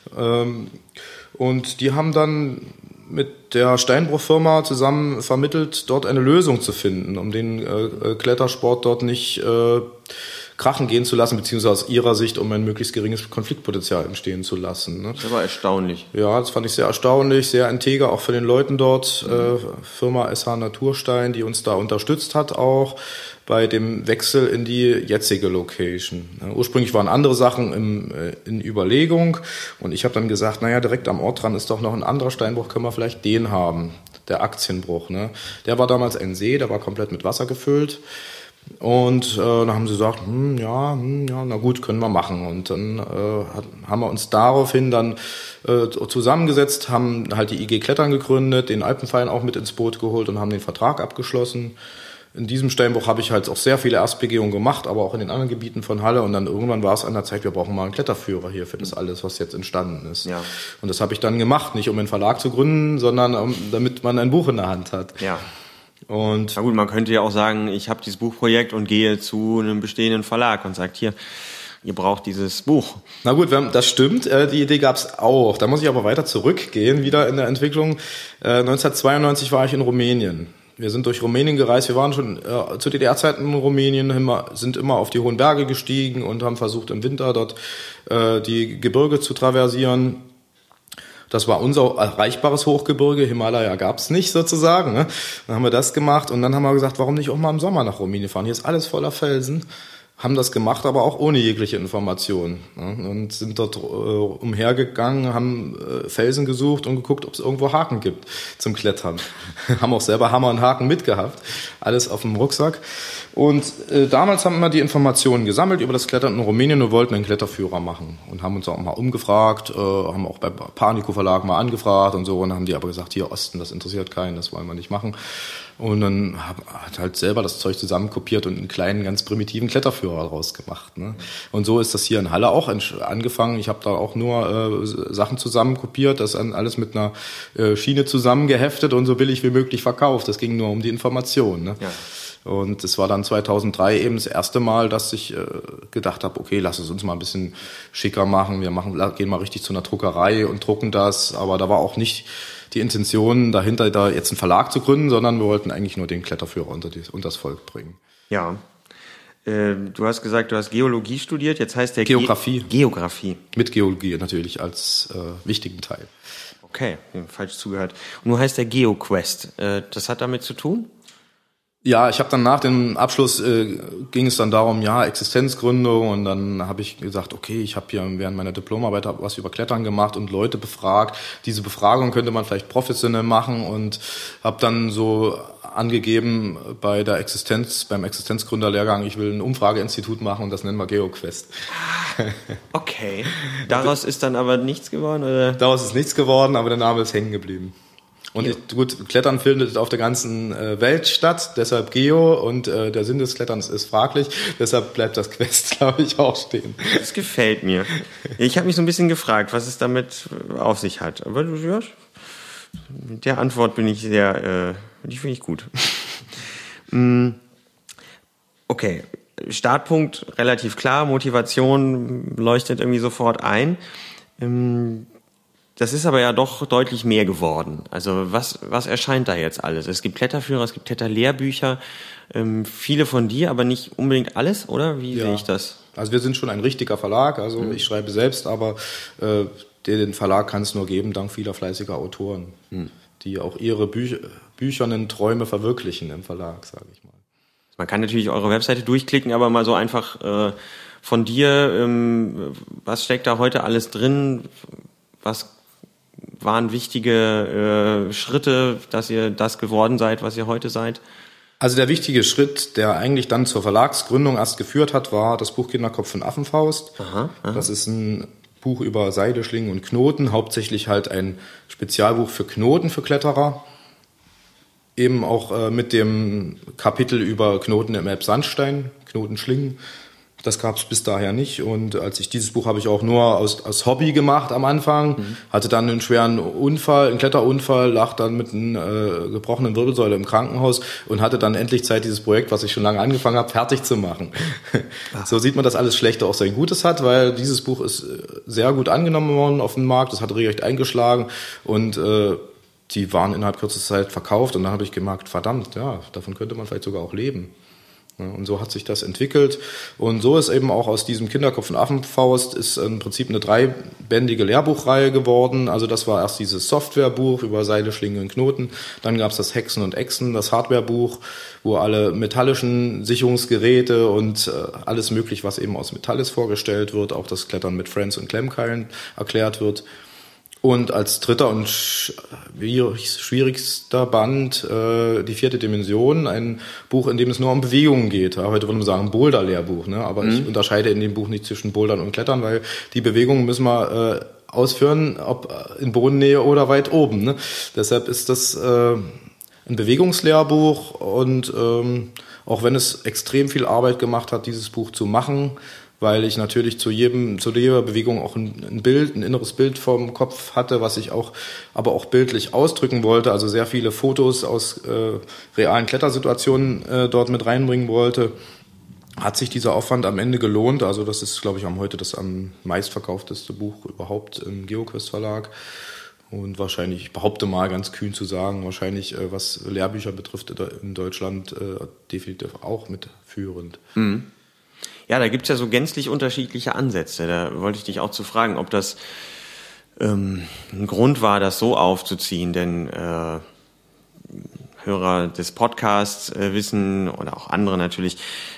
S3: Und die haben dann mit der Steinbruch-Firma zusammen vermittelt, dort eine Lösung zu finden, um den Klettersport dort nicht krachen gehen zu lassen, beziehungsweise aus ihrer Sicht, um ein möglichst geringes Konfliktpotenzial entstehen zu lassen. Ne?
S1: Das war erstaunlich.
S3: Ja, das fand ich sehr erstaunlich, sehr integer, auch für den Leuten dort. Firma SH Naturstein, die uns da unterstützt hat auch bei dem Wechsel in die jetzige Location. Ursprünglich waren andere Sachen in Überlegung und ich habe dann gesagt, direkt am Ort dran ist doch noch ein anderer Steinbruch, können wir vielleicht den haben, der Aktienbruch. Ne? Der war damals ein See, der war komplett mit Wasser gefüllt. Und dann haben sie gesagt, na gut, können wir machen. Und dann haben wir uns daraufhin dann zusammengesetzt, haben halt die IG Klettern gegründet, den Alpenverein auch mit ins Boot geholt und haben den Vertrag abgeschlossen. In diesem Steinbruch habe ich halt auch sehr viele Erstbegehungen gemacht, aber auch in den anderen Gebieten von Halle. Und dann irgendwann war es an der Zeit, wir brauchen mal einen Kletterführer hier für das alles, was jetzt entstanden ist.
S1: Ja.
S3: Und das habe ich dann gemacht, nicht um einen Verlag zu gründen, sondern damit man ein Buch in der Hand hat.
S1: Ja.
S3: Und
S1: na gut, man könnte ja auch sagen, ich habe dieses Buchprojekt und gehe zu einem bestehenden Verlag und sagt, hier, ihr braucht dieses Buch.
S3: Na gut, das stimmt, die Idee gab's auch. Da muss ich aber weiter zurückgehen, wieder in der Entwicklung. 1992 war ich in Rumänien. Wir sind durch Rumänien gereist, wir waren schon zu DDR-Zeiten in Rumänien, sind immer auf die hohen Berge gestiegen und haben versucht im Winter dort die Gebirge zu traversieren. Das war unser erreichbares Hochgebirge, Himalaya gab's nicht sozusagen. Ne? Dann haben wir das gemacht und dann haben wir gesagt, warum nicht auch mal im Sommer nach Rumänien fahren? Hier ist alles voller Felsen. haben das gemacht, aber auch ohne jegliche Information. Und sind dort umhergegangen, haben Felsen gesucht und geguckt, ob es irgendwo Haken gibt zum Klettern. Haben auch selber Hammer und Haken mitgehabt, alles auf dem Rucksack. Und damals haben wir die Informationen gesammelt über das Klettern in Rumänien und wollten einen Kletterführer machen. Und haben uns auch mal umgefragt, haben auch bei Panico Verlag mal angefragt und so. Und dann haben die aber gesagt, hier Osten, das interessiert keinen, das wollen wir nicht machen. Und dann hat halt selber das Zeug zusammenkopiert und einen kleinen, ganz primitiven Kletterführer daraus gemacht. Ne? Und so ist das hier in Halle auch angefangen. Ich habe da auch nur Sachen zusammenkopiert, das alles mit einer Schiene zusammengeheftet und so billig wie möglich verkauft. Das ging nur um die Information. Ne? Ja. Und es war dann 2003 eben das erste Mal, dass ich gedacht habe, okay, lass es uns mal ein bisschen schicker machen. Gehen mal richtig zu einer Druckerei und drucken das. Aber da war auch nicht die Intention dahinter, da jetzt einen Verlag zu gründen, sondern wir wollten eigentlich nur den Kletterführer unter das Volk bringen.
S1: Ja. Du hast gesagt, du hast Geologie studiert, jetzt heißt der
S3: Geografie.
S1: Geografie.
S3: Mit Geologie natürlich als wichtigen Teil.
S1: Okay, falsch zugehört. Und nun heißt der GeoQuest. Das hat damit zu tun?
S3: Ja, ich habe dann nach dem Abschluss ging es dann darum, ja, Existenzgründung, und dann habe ich gesagt, okay, ich habe hier während meiner Diplomarbeit was über Klettern gemacht und Leute befragt. Diese Befragung könnte man vielleicht professionell machen und habe dann so angegeben beim Existenzgründerlehrgang, ich will ein Umfrageinstitut machen und das nennen wir GeoQuest.
S1: Okay. Daraus ist dann aber nichts geworden, oder?
S3: Daraus ist nichts geworden, aber der Name ist hängen geblieben. Und gut, Klettern findet auf der ganzen Welt statt, deshalb Geo, und der Sinn des Kletterns ist fraglich, deshalb bleibt das Quest, glaube ich, auch stehen.
S1: Das gefällt mir. Ich habe mich so ein bisschen gefragt, was es damit auf sich hat. Aber ja, mit der Antwort bin ich die finde ich gut. Okay, Startpunkt relativ klar, Motivation leuchtet irgendwie sofort ein. Das ist aber ja doch deutlich mehr geworden. Also was erscheint da jetzt alles? Es gibt Kletterführer, es gibt Kletterlehrbücher, viele von dir, aber nicht unbedingt alles, oder? Wie sehe ich das?
S3: Also wir sind schon ein richtiger Verlag, also ich schreibe selbst, aber den Verlag kann es nur geben dank vieler fleißiger Autoren, die auch ihre büchernen Träume verwirklichen im Verlag, sage ich mal.
S1: Man kann natürlich eure Webseite durchklicken, aber mal so einfach von dir, was steckt da heute alles drin? Was waren wichtige Schritte, dass ihr das geworden seid, was ihr heute seid?
S3: Also der wichtige Schritt, der eigentlich dann zur Verlagsgründung erst geführt hat, war das Buch Kinderkopf und Affenfaust. Aha. Das ist ein Buch über Seile, Schlingen und Knoten, hauptsächlich halt ein Spezialbuch für Knoten für Kletterer. Eben auch mit dem Kapitel über Knoten im Elbsandstein, Knotenschlingen. Das gab es bis daher nicht, und dieses Buch habe ich auch nur aus Hobby gemacht am Anfang, hatte dann einen schweren Unfall, einen Kletterunfall, lag dann mit einer gebrochenen Wirbelsäule im Krankenhaus und hatte dann endlich Zeit, dieses Projekt, was ich schon lange angefangen habe, fertig zu machen. So sieht man, dass alles Schlechte auch sein Gutes hat, weil dieses Buch ist sehr gut angenommen worden auf dem Markt, es hat regelrecht eingeschlagen und die waren innerhalb kürzester Zeit verkauft, und dann habe ich gemerkt, verdammt, ja, davon könnte man vielleicht sogar auch leben. Und so hat sich das entwickelt. Und so ist eben auch aus diesem Kinderkopf und Affenfaust ist im Prinzip eine 3-bändige Lehrbuchreihe geworden. Also das war erst dieses Softwarebuch über Seile, Schlingen und Knoten. Dann gab es das Hexen und Echsen, das Hardwarebuch, wo alle metallischen Sicherungsgeräte und alles möglich, was eben aus Metall ist, vorgestellt wird. Auch das Klettern mit Friends und Klemmkeilen erklärt wird. Und als dritter und schwierigster Band die 4. Dimension, ein Buch, in dem es nur um Bewegungen geht. Ja, heute würde man sagen Boulder-Lehrbuch, ne? Aber ich unterscheide in dem Buch nicht zwischen Bouldern und Klettern, weil die Bewegungen müssen wir ausführen, ob in Bodennähe oder weit oben. Ne? Deshalb ist das ein Bewegungslehrbuch, und auch wenn es extrem viel Arbeit gemacht hat, dieses Buch zu machen, weil ich natürlich zu jeder Bewegung auch ein inneres Bild vorm Kopf hatte, was ich aber auch bildlich ausdrücken wollte, also sehr viele Fotos aus realen Klettersituationen dort mit reinbringen wollte, hat sich dieser Aufwand am Ende gelohnt. Also das ist, glaube ich, heute das am meistverkaufteste Buch überhaupt im GeoQuest Verlag. Und wahrscheinlich, ich behaupte mal ganz kühn zu sagen, wahrscheinlich, was Lehrbücher betrifft, in Deutschland definitiv auch mitführend.
S1: Mhm. Ja, da gibt's ja so gänzlich unterschiedliche Ansätze. Da wollte ich dich auch zu fragen, ob das ein Grund war, das so aufzuziehen. Denn Hörer des Podcasts wissen oder auch andere natürlich,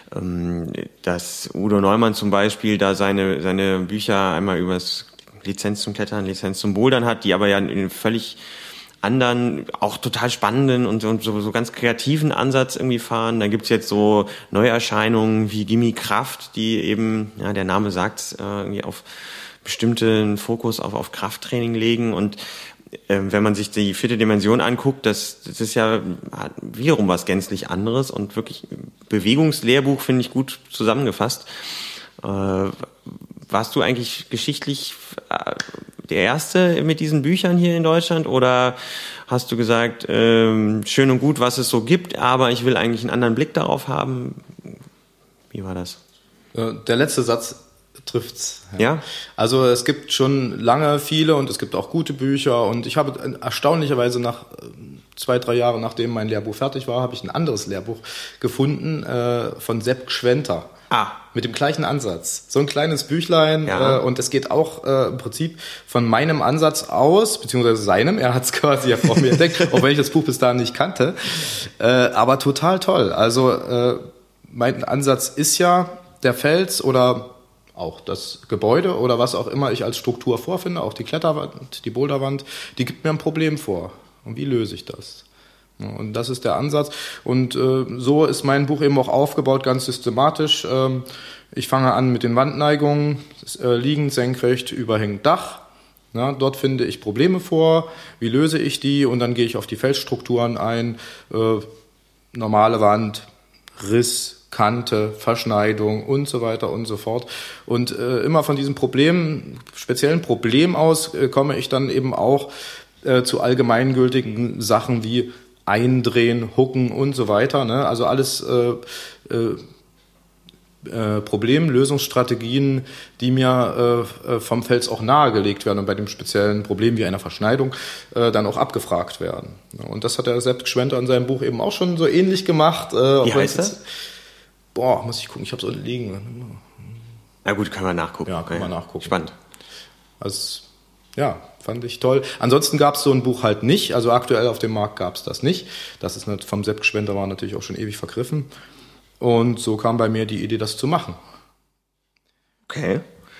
S1: dass Udo Neumann zum Beispiel da seine Bücher einmal übers Lizenz zum Klettern, Lizenz zum Bouldern hat, die aber ja in einem völlig anderen, auch total spannenden und so ganz kreativen Ansatz irgendwie fahren. Dann gibt's jetzt so Neuerscheinungen wie Gimme Kraft, die eben, ja, der Name sagt's, irgendwie auf bestimmten Fokus auf Krafttraining legen. Und wenn man sich die 4. Dimension anguckt, das ist ja wiederum was gänzlich anderes und wirklich Bewegungslehrbuch, finde ich, gut zusammengefasst. Warst du eigentlich geschichtlich der Erste mit diesen Büchern hier in Deutschland oder hast du gesagt, schön und gut, was es so gibt, aber ich will eigentlich einen anderen Blick darauf haben? Wie war das?
S3: Der letzte Satz trifft's.
S1: Ja?
S3: Also es gibt schon lange viele und es gibt auch gute Bücher und ich habe erstaunlicherweise nach 2-3 Jahren, nachdem mein Lehrbuch fertig war, habe ich ein anderes Lehrbuch gefunden von Sepp Gschwender. Mit dem gleichen Ansatz. So ein kleines Büchlein, ja. Und es geht auch im Prinzip von meinem Ansatz aus, beziehungsweise seinem, er hat es quasi ja vor mir entdeckt, auch wenn ich das Buch bis dahin nicht kannte, aber total toll. Also mein Ansatz ist ja der Fels oder auch das Gebäude oder was auch immer ich als Struktur vorfinde, auch die Kletterwand, die Boulderwand, die gibt mir ein Problem vor. Und wie löse ich das? Und das ist der Ansatz. Und so ist mein Buch eben auch aufgebaut, ganz systematisch. Ich fange an mit den Wandneigungen, liegend, senkrecht, überhängend, Dach. Na, dort finde ich Probleme vor, wie löse ich die? Und dann gehe ich auf die Felsstrukturen ein. Normale Wand, Riss, Kante, Verschneidung und so weiter und so fort. Und immer von diesem speziellen Problem aus komme ich dann eben auch zu allgemeingültigen Sachen wie Eindrehen, Hucken und so weiter. Ne? Also alles Problemlösungsstrategien, die mir vom Fels auch nahegelegt werden und bei dem speziellen Problem wie einer Verschneidung dann auch abgefragt werden. Und das hat der Sepp Gschwender in seinem Buch eben auch schon so ähnlich gemacht.
S1: Wie heißt das?
S3: Muss ich gucken, ich habe es unten liegen.
S1: Na gut, können wir nachgucken.
S3: Ja, können wir nachgucken.
S1: Spannend.
S3: Also, ja, fand ich toll. Ansonsten gab es so ein Buch halt nicht, also aktuell auf dem Markt gab es das nicht. Das ist vom Sepp Gschwender war natürlich auch schon ewig vergriffen. Und so kam bei mir die Idee, das zu machen.
S1: Okay.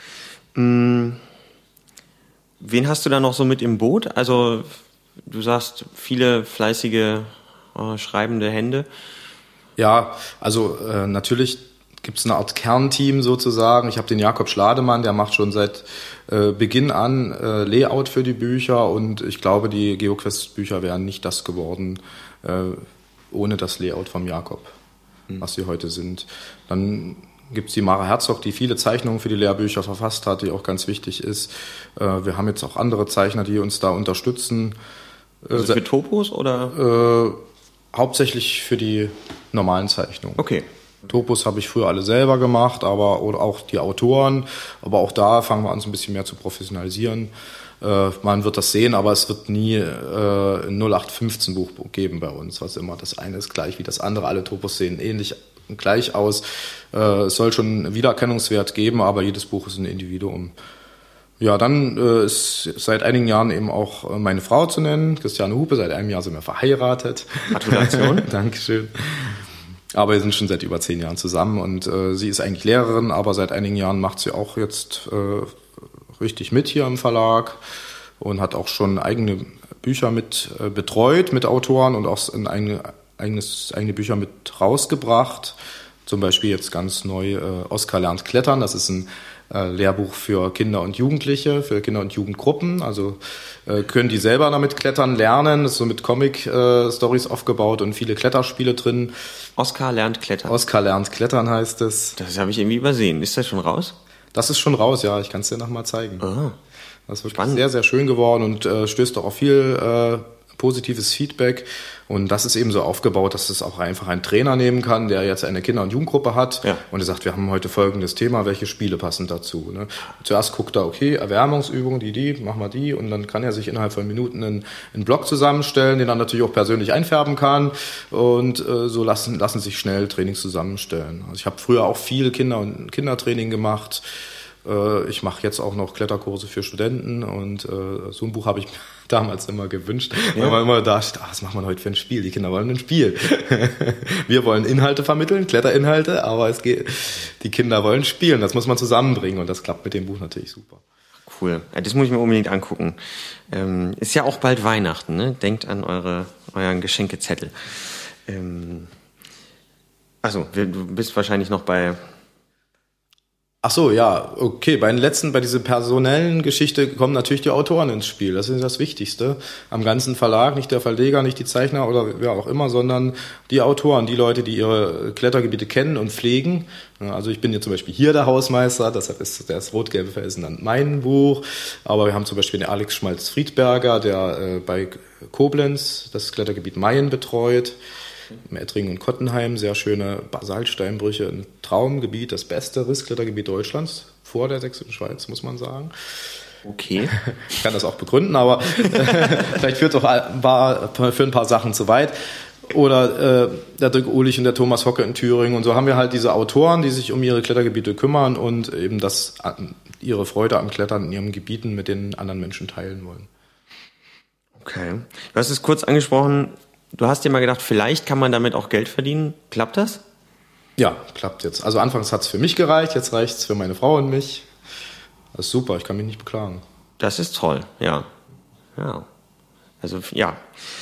S1: Wen hast du da noch so mit im Boot? Also du sagst, viele fleißige, schreibende Hände.
S3: Ja, also natürlich gibt es eine Art Kernteam sozusagen. Ich habe den Jakob Schlademann, der macht schon seit Beginn an Layout für die Bücher und ich glaube, die GeoQuest-Bücher wären nicht das geworden ohne das Layout vom Jakob, was sie heute sind. Dann gibt's die Mara Herzog, die viele Zeichnungen für die Lehrbücher verfasst hat, die auch ganz wichtig ist. Wir haben jetzt auch andere Zeichner, die uns da unterstützen.
S1: Also für Topos oder?
S3: Hauptsächlich für die normalen Zeichnungen.
S1: Okay.
S3: Topos habe ich früher alle selber gemacht, oder auch die Autoren. Aber auch da fangen wir an, so ein bisschen mehr zu professionalisieren. Man wird das sehen, aber es wird nie ein 0815 Buch geben bei uns, was immer. Das eine ist gleich wie das andere. Alle Topos sehen ähnlich gleich aus. Es soll schon einen Wiedererkennungswert geben, aber jedes Buch ist ein Individuum. Ja, dann ist seit einigen Jahren eben auch meine Frau zu nennen, Christiane Hupe. Seit einem Jahr sind wir verheiratet.
S1: Gratulation.
S3: Dankeschön. Aber wir sind schon seit über 10 Jahren zusammen und sie ist eigentlich Lehrerin, aber seit einigen Jahren macht sie auch jetzt richtig mit hier im Verlag und hat auch schon eigene Bücher mit betreut mit Autoren und auch eigene Bücher mit rausgebracht. Zum Beispiel jetzt ganz neu Oskar lernt Klettern. Das ist ein Lehrbuch für Kinder und Jugendliche, für Kinder- und Jugendgruppen. Also können die selber damit klettern lernen. Das ist so mit Comic-Stories aufgebaut und viele Kletterspiele drin.
S1: Oskar lernt Klettern.
S3: Oskar lernt Klettern heißt es.
S1: Das habe ich irgendwie übersehen. Ist das schon raus?
S3: Das ist schon raus, ja. Ich kann es dir noch mal zeigen.
S1: Oh.
S3: Das ist wirklich sehr, sehr schön geworden und stößt auch auf viel positives Feedback. Und das ist eben so aufgebaut, dass es auch einfach einen Trainer nehmen kann, der jetzt eine Kinder- und Jugendgruppe hat. Ja. Und er sagt, wir haben heute folgendes Thema, welche Spiele passen dazu. Ne? Zuerst guckt er, okay, Erwärmungsübungen, machen wir die. Und dann kann er sich innerhalb von Minuten einen Block zusammenstellen, den er natürlich auch persönlich einfärben kann. Und so lassen sich schnell Trainings zusammenstellen. Also ich habe früher auch viel Kindertraining gemacht. Ich mache jetzt auch noch Kletterkurse für Studenten und so ein Buch habe ich mir damals immer gewünscht, weil man immer dachte, was machen wir heute für ein Spiel? Die Kinder wollen ein Spiel. Wir wollen Inhalte vermitteln, Kletterinhalte, aber die Kinder wollen spielen. Das muss man zusammenbringen und das klappt mit dem Buch natürlich super.
S1: Cool. Das muss ich mir unbedingt angucken. Ist ja auch bald Weihnachten, ne? Denkt an euren Geschenkezettel. Also, du bist wahrscheinlich noch bei...
S3: Ach so, ja, okay. Bei dieser personellen Geschichte kommen natürlich die Autoren ins Spiel. Das ist das Wichtigste. Am ganzen Verlag, nicht der Verleger, nicht die Zeichner oder wer auch immer, sondern die Autoren, die Leute, die ihre Klettergebiete kennen und pflegen. Also ich bin jetzt zum Beispiel hier der Hausmeister, deshalb ist das Rot-Gelbe Felsen dann mein Buch. Aber wir haben zum Beispiel den Alex Schmalz-Friedberger, der bei Koblenz das Klettergebiet Mayen betreut. Im Ettringen und Kottenheim, sehr schöne Basaltsteinbrüche, ein Traumgebiet, das beste Rissklettergebiet Deutschlands, vor der Sächsischen Schweiz, muss man sagen.
S1: Okay.
S3: Ich kann das auch begründen, aber vielleicht führen ein paar Sachen zu weit. Oder der Dirk Uhlich und der Thomas Hocke in Thüringen. Und so haben wir halt diese Autoren, die sich um ihre Klettergebiete kümmern und eben ihre Freude am Klettern in ihren Gebieten mit den anderen Menschen teilen wollen.
S1: Okay. Du hast es kurz angesprochen. Du hast dir mal gedacht, vielleicht kann man damit auch Geld verdienen. Klappt das?
S3: Ja, klappt jetzt. Also anfangs hat es für mich gereicht, jetzt reicht es für meine Frau und mich. Das ist super, ich kann mich nicht beklagen.
S1: Das ist toll, ja. Also, ja.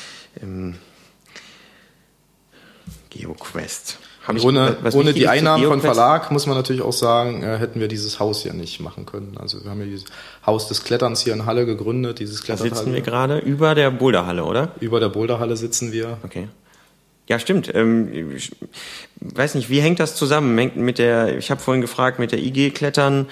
S1: GeoQuest.
S3: Ohne die Einnahmen von Verlag, muss man natürlich auch sagen, hätten wir dieses Haus hier nicht machen können. Also wir haben ja dieses Haus des Kletterns hier in Halle gegründet, dieses Kletterhalle.
S1: Da sitzen wir gerade über der Boulderhalle, oder?
S3: Über der Boulderhalle sitzen wir.
S1: Okay. Ja, stimmt. Ich weiß nicht, wie hängt das zusammen? Ich habe vorhin gefragt, mit der IG-Klettern.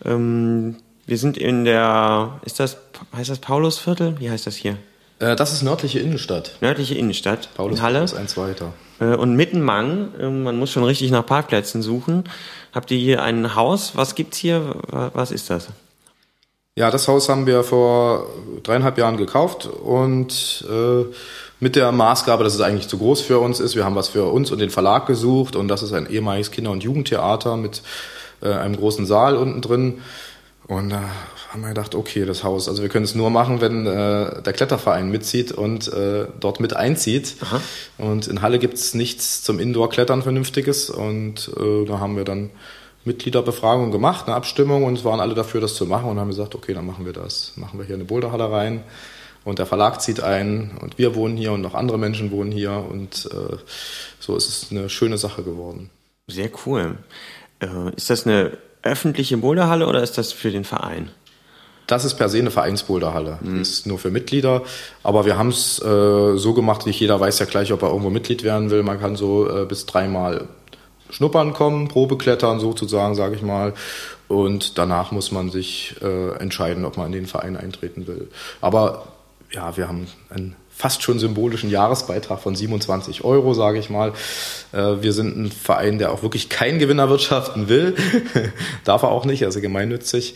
S1: Wir sind heißt das Paulusviertel? Wie heißt das hier?
S3: Das ist nördliche Innenstadt.
S1: Nördliche Innenstadt.
S3: Paulus
S1: in Halle.
S3: Ist eins weiter.
S1: Und Mittenmang, man muss schon richtig nach Parkplätzen suchen. Habt ihr hier ein Haus? Was gibt's hier? Was ist das?
S3: Ja, das Haus haben wir vor 3,5 Jahren gekauft und mit der Maßgabe, dass es eigentlich zu groß für uns ist. Wir haben was für uns und den Verlag gesucht und das ist ein ehemaliges Kinder- und Jugendtheater mit einem großen Saal unten drin. Und da haben wir gedacht, okay, das Haus, also wir können es nur machen, wenn der Kletterverein mitzieht und dort mit einzieht.
S1: Aha.
S3: Und in Halle gibt's nichts zum Indoor-Klettern Vernünftiges und da haben wir dann Mitgliederbefragung gemacht, eine Abstimmung und es waren alle dafür, das zu machen und haben gesagt, okay, dann machen wir das. Machen wir hier eine Boulderhalle rein und der Verlag zieht ein und wir wohnen hier und noch andere Menschen wohnen hier und so ist es eine schöne Sache geworden.
S1: Sehr cool. Ist das eine öffentliche Boulderhalle oder ist das für den Verein?
S3: Das ist per se eine Vereinsboulderhalle. Die ist nur für Mitglieder. Aber wir haben es so gemacht, nicht jeder weiß ja gleich, ob er irgendwo Mitglied werden will. Man kann so bis 3-mal schnuppern kommen, Probeklettern sozusagen, sage ich mal. Und danach muss man sich entscheiden, ob man in den Verein eintreten will. Aber ja, wir haben einen fast schon symbolischen Jahresbeitrag von 27 €, sage ich mal. Wir sind ein Verein, der auch wirklich keinen Gewinn erwirtschaften will. Darf er auch nicht, also gemeinnützig.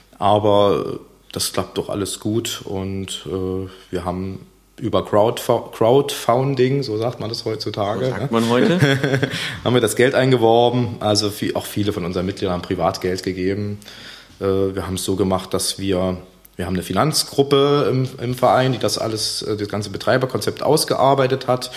S3: Aber das klappt doch alles gut und wir haben über Crowdfunding, so sagt man das heutzutage.
S1: So sagt man heute.
S3: Haben wir das Geld eingeworben. Also auch viele von unseren Mitgliedern haben Privatgeld gegeben. Wir haben es so gemacht, dass wir haben eine Finanzgruppe im Verein, die das ganze Betreiberkonzept ausgearbeitet hat.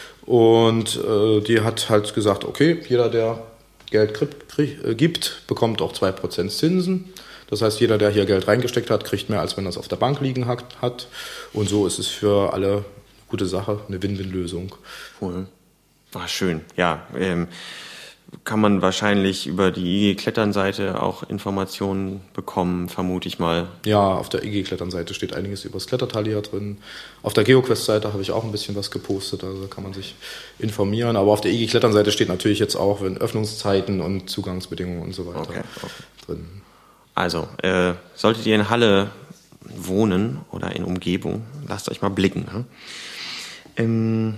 S3: Und die hat halt gesagt, okay, jeder, der Geld gibt, bekommt auch 2% Zinsen. Das heißt, jeder, der hier Geld reingesteckt hat, kriegt mehr, als wenn er es auf der Bank liegen hat. Und so ist es für alle eine gute Sache, eine Win-Win-Lösung.
S1: Cool. War schön. Ja, kann man wahrscheinlich über die IG-Klettern-Seite auch Informationen bekommen, vermute ich mal.
S3: Ja, auf der IG-Klettern-Seite steht einiges über das Klettertalier drin. Auf der GeoQuest-Seite habe ich auch ein bisschen was gepostet, also kann man sich informieren. Aber auf der IG-Klettern-Seite steht natürlich jetzt auch Öffnungszeiten und Zugangsbedingungen und so weiter drin. Also,
S1: solltet ihr in Halle wohnen oder in Umgebung, lasst euch mal blicken. Ne?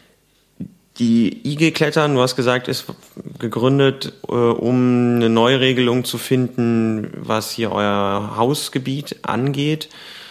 S1: Die IG-Klettern, du hast gesagt, ist gegründet, um eine Neuregelung zu finden, was hier euer Hausgebiet angeht.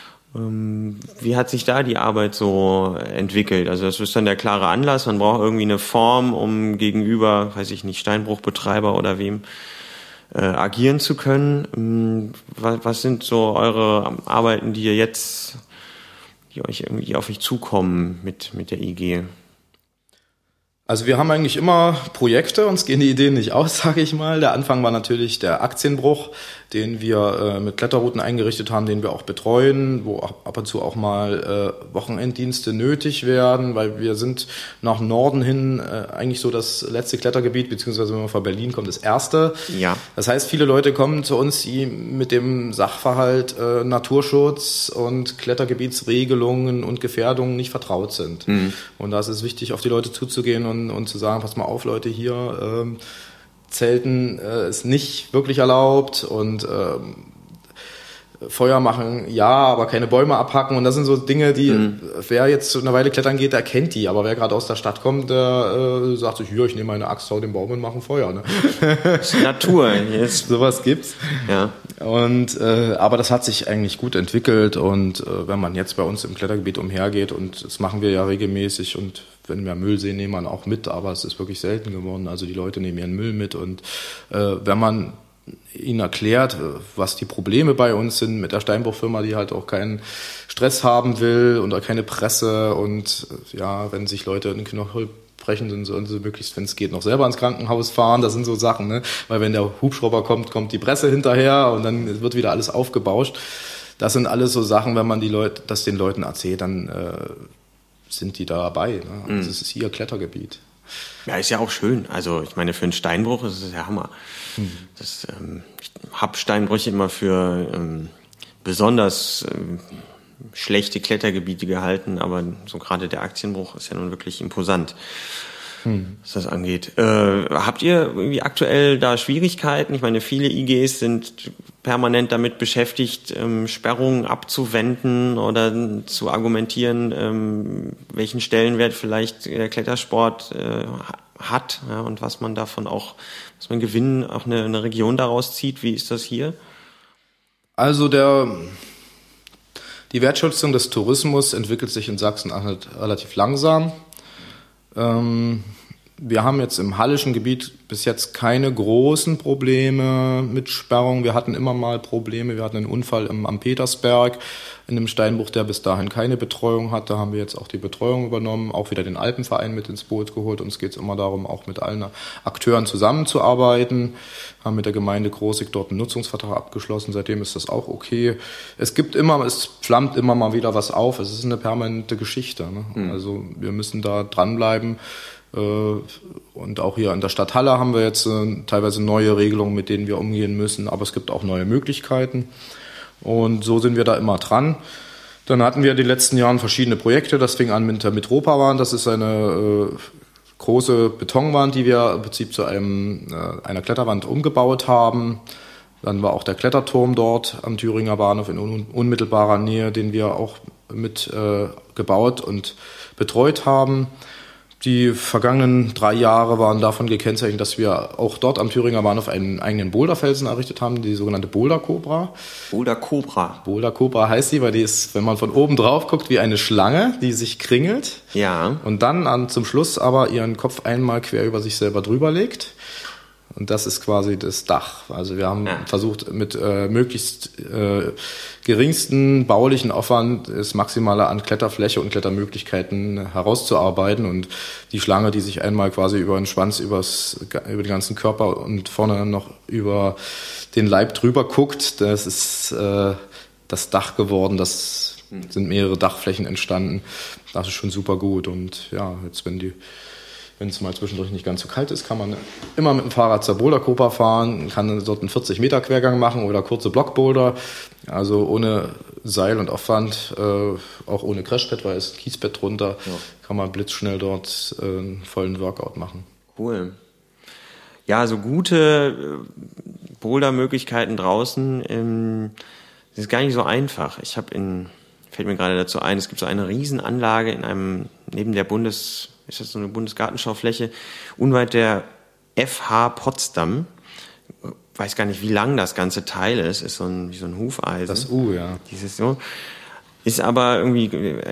S1: Wie hat sich da die Arbeit so entwickelt? Also das ist dann der klare Anlass, man braucht irgendwie eine Form, um gegenüber, weiß ich nicht, Steinbruchbetreiber oder wem agieren zu können. Was sind so eure Arbeiten, die euch irgendwie auf euch zukommen mit der IG?
S3: Also wir haben eigentlich immer Projekte, uns gehen die Ideen nicht aus, sage ich mal. Der Anfang war natürlich der Aktienbruch, den wir mit Kletterrouten eingerichtet haben, den wir auch betreuen, wo ab und zu auch mal Wochenenddienste nötig werden, weil wir sind nach Norden hin eigentlich so das letzte Klettergebiet, beziehungsweise wenn man von Berlin kommt, das erste.
S1: Ja.
S3: Das heißt, viele Leute kommen zu uns, die mit dem Sachverhalt Naturschutz und Klettergebietsregelungen und Gefährdungen nicht vertraut sind. Mhm. Und da ist es wichtig, auf die Leute zuzugehen und zu sagen, pass mal auf, Leute, hier Zelten ist nicht wirklich erlaubt und Feuer machen, ja, aber keine Bäume abhacken. Und das sind so Dinge, die, wer jetzt eine Weile klettern geht, der kennt die. Aber wer gerade aus der Stadt kommt, der sagt sich, hier, ich nehme meine Axt, hau den Baum und mache ein Feuer. Ne?
S1: Das ist Natur. Jetzt.
S3: Sowas gibt's.
S1: Ja.
S3: Und aber das hat sich eigentlich gut entwickelt. Und wenn man jetzt bei uns im Klettergebiet umhergeht, und das machen wir ja regelmäßig, und wenn wir Müll sehen, nehmen wir auch mit, aber es ist wirklich selten geworden. Also die Leute nehmen ihren Müll mit. Und wenn man ihnen erklärt, was die Probleme bei uns sind mit der Steinbruchfirma, die halt auch keinen Stress haben will und keine Presse, und ja, wenn sich Leute in den Knochen brechen, dann sollen sie möglichst, wenn es geht, noch selber ins Krankenhaus fahren. Das sind so Sachen, ne? Weil wenn der Hubschrauber kommt die Presse hinterher und dann wird wieder alles aufgebauscht. Das sind alles so Sachen, wenn man das den Leuten erzählt, dann sind die da dabei. Ne? Also es ist hier Klettergebiet.
S1: Ja, ist ja auch schön. Also ich meine, für einen Steinbruch ist es ja Hammer. Ich habe Steinbrüche immer für besonders schlechte Klettergebiete gehalten, aber so gerade der Aktienbruch ist ja nun wirklich imposant, was das angeht. Habt ihr irgendwie aktuell da Schwierigkeiten? Ich meine, viele IGs sind permanent damit beschäftigt, Sperrungen abzuwenden oder zu argumentieren, welchen Stellenwert vielleicht der Klettersport hat, ja, und was man davon auch, was man gewinnen, auch eine Region daraus zieht. Wie ist das hier?
S3: Also die Wertschätzung des Tourismus entwickelt sich in Sachsen-Anhalt relativ langsam. Wir haben jetzt im Hallischen Gebiet bis jetzt keine großen Probleme mit Sperrung. Wir hatten immer mal Probleme. Wir hatten einen Unfall am Petersberg in einem Steinbruch, der bis dahin keine Betreuung hat. Da haben wir jetzt auch die Betreuung übernommen, auch wieder den Alpenverein mit ins Boot geholt. Uns geht es immer darum, auch mit allen Akteuren zusammenzuarbeiten. Haben mit der Gemeinde Krosigk dort einen Nutzungsvertrag abgeschlossen. Seitdem ist das auch okay. Es flammt immer mal wieder was auf. Es ist eine permanente Geschichte. Ne? Also wir müssen da dranbleiben. Und auch hier in der Stadt Halle haben wir jetzt teilweise neue Regelungen, mit denen wir umgehen müssen, aber es gibt auch neue Möglichkeiten, und so sind wir da immer dran. Dann hatten wir in den letzten Jahren verschiedene Projekte. Das fing an mit der Metropa-Wand. Das ist eine große Betonwand, die wir im Prinzip zu einer Kletterwand umgebaut haben. Dann war auch der Kletterturm dort am Thüringer Bahnhof in unmittelbarer Nähe, den wir auch mit gebaut und betreut haben. Die vergangenen 3 Jahre waren davon gekennzeichnet, dass wir auch dort am Thüringer Bahnhof einen eigenen Boulderfelsen errichtet haben, die sogenannte Boulder-Cobra.
S1: Boulder-Cobra.
S3: Boulder-Cobra heißt sie, weil die ist, wenn man von oben drauf guckt, wie eine Schlange, die sich kringelt. Ja. Und dann zum Schluss aber ihren Kopf einmal quer über sich selber drüber legt. Und das ist quasi das Dach. Also wir haben versucht, mit möglichst geringsten baulichen Aufwand das Maximale an Kletterfläche und Klettermöglichkeiten herauszuarbeiten. Und die Schlange, die sich einmal quasi über den Schwanz, über den ganzen Körper und vorne noch über den Leib drüber guckt, das ist das Dach geworden. Das sind mehrere Dachflächen entstanden. Das ist schon super gut. Und ja, jetzt wenn es mal zwischendurch nicht ganz so kalt ist, kann man immer mit dem Fahrrad zur Boulder-Cobra fahren, kann dort einen 40-Meter-Quergang machen oder kurze Blockboulder. Also ohne Seil und Aufwand, auch ohne Crashpad, weil es ein Kiespad drunter, kann man blitzschnell dort einen vollen Workout machen.
S1: Cool. Ja, so gute Boulder-Möglichkeiten draußen, das ist gar nicht so einfach. Fällt mir gerade dazu ein, es gibt so eine Riesenanlage neben der ist das so eine Bundesgartenschaufläche, unweit der FH Potsdam. Weiß gar nicht, wie lang das ganze Teil ist. Ist wie so ein Hufeisen.
S3: Das U, ja.
S1: Dieses so. Ist aber irgendwie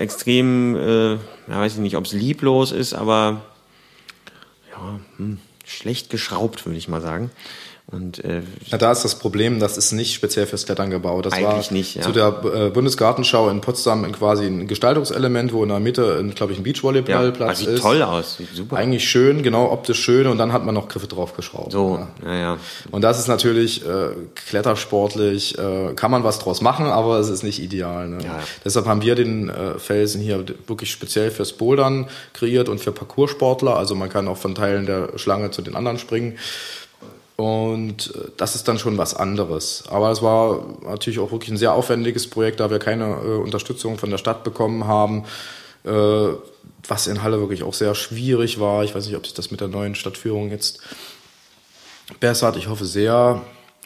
S1: extrem, weiß ich nicht, ob es lieblos ist, aber schlecht geschraubt, würde ich mal sagen. Und
S3: ja, da ist das Problem, das ist nicht speziell fürs Klettern gebaut. Das
S1: eigentlich
S3: war
S1: nicht, ja.
S3: Zu der Bundesgartenschau in Potsdam quasi ein Gestaltungselement, wo in der Mitte, glaube ich, ein Beachvolleyballplatz
S1: sieht
S3: ist.
S1: toll aus, sieht super.
S3: Eigentlich schön, genau, optisch schön, und dann hat man noch Griffe draufgeschraubt.
S1: So, ja.
S3: Und das ist natürlich klettersportlich, kann man was draus machen, aber es ist nicht ideal. Ne?
S1: Ja.
S3: Deshalb haben wir den Felsen hier wirklich speziell fürs Bouldern kreiert und für Parcoursportler. Also man kann auch von Teilen der Schlange zu den anderen springen. Und das ist dann schon was anderes. Aber es war natürlich auch wirklich ein sehr aufwendiges Projekt, da wir keine Unterstützung von der Stadt bekommen haben, was in Halle wirklich auch sehr schwierig war. Ich weiß nicht, ob sich das mit der neuen Stadtführung jetzt bessert. Ich hoffe sehr.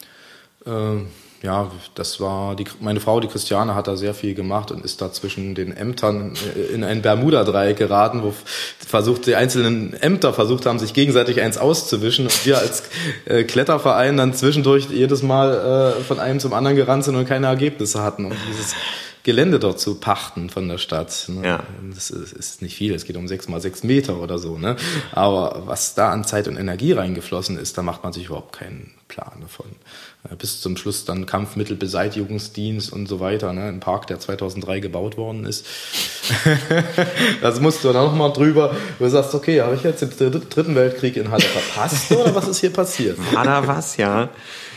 S3: Ja, das war meine Frau, die Christiane, hat da sehr viel gemacht und ist da zwischen den Ämtern in ein Bermuda-Dreieck geraten, wo die einzelnen Ämter versucht haben, sich gegenseitig eins auszuwischen, und wir als Kletterverein dann zwischendurch jedes Mal von einem zum anderen gerannt sind und keine Ergebnisse hatten, um dieses Gelände dort zu pachten von der Stadt. Ne? Ja. Das ist nicht viel, es geht um 6x6 Meter oder so. Ne? Aber was da an Zeit und Energie reingeflossen ist, da macht man sich überhaupt keinen Plan davon. Bis zum Schluss dann Kampfmittelbeseitigungsdienst und so weiter, ne? Ein Park, der 2003 gebaut worden ist. Das musst du dann auch mal drüber, wo du sagst, okay, habe ich jetzt den dritten Weltkrieg in Halle verpasst oder was ist hier passiert?
S1: War da was, ja.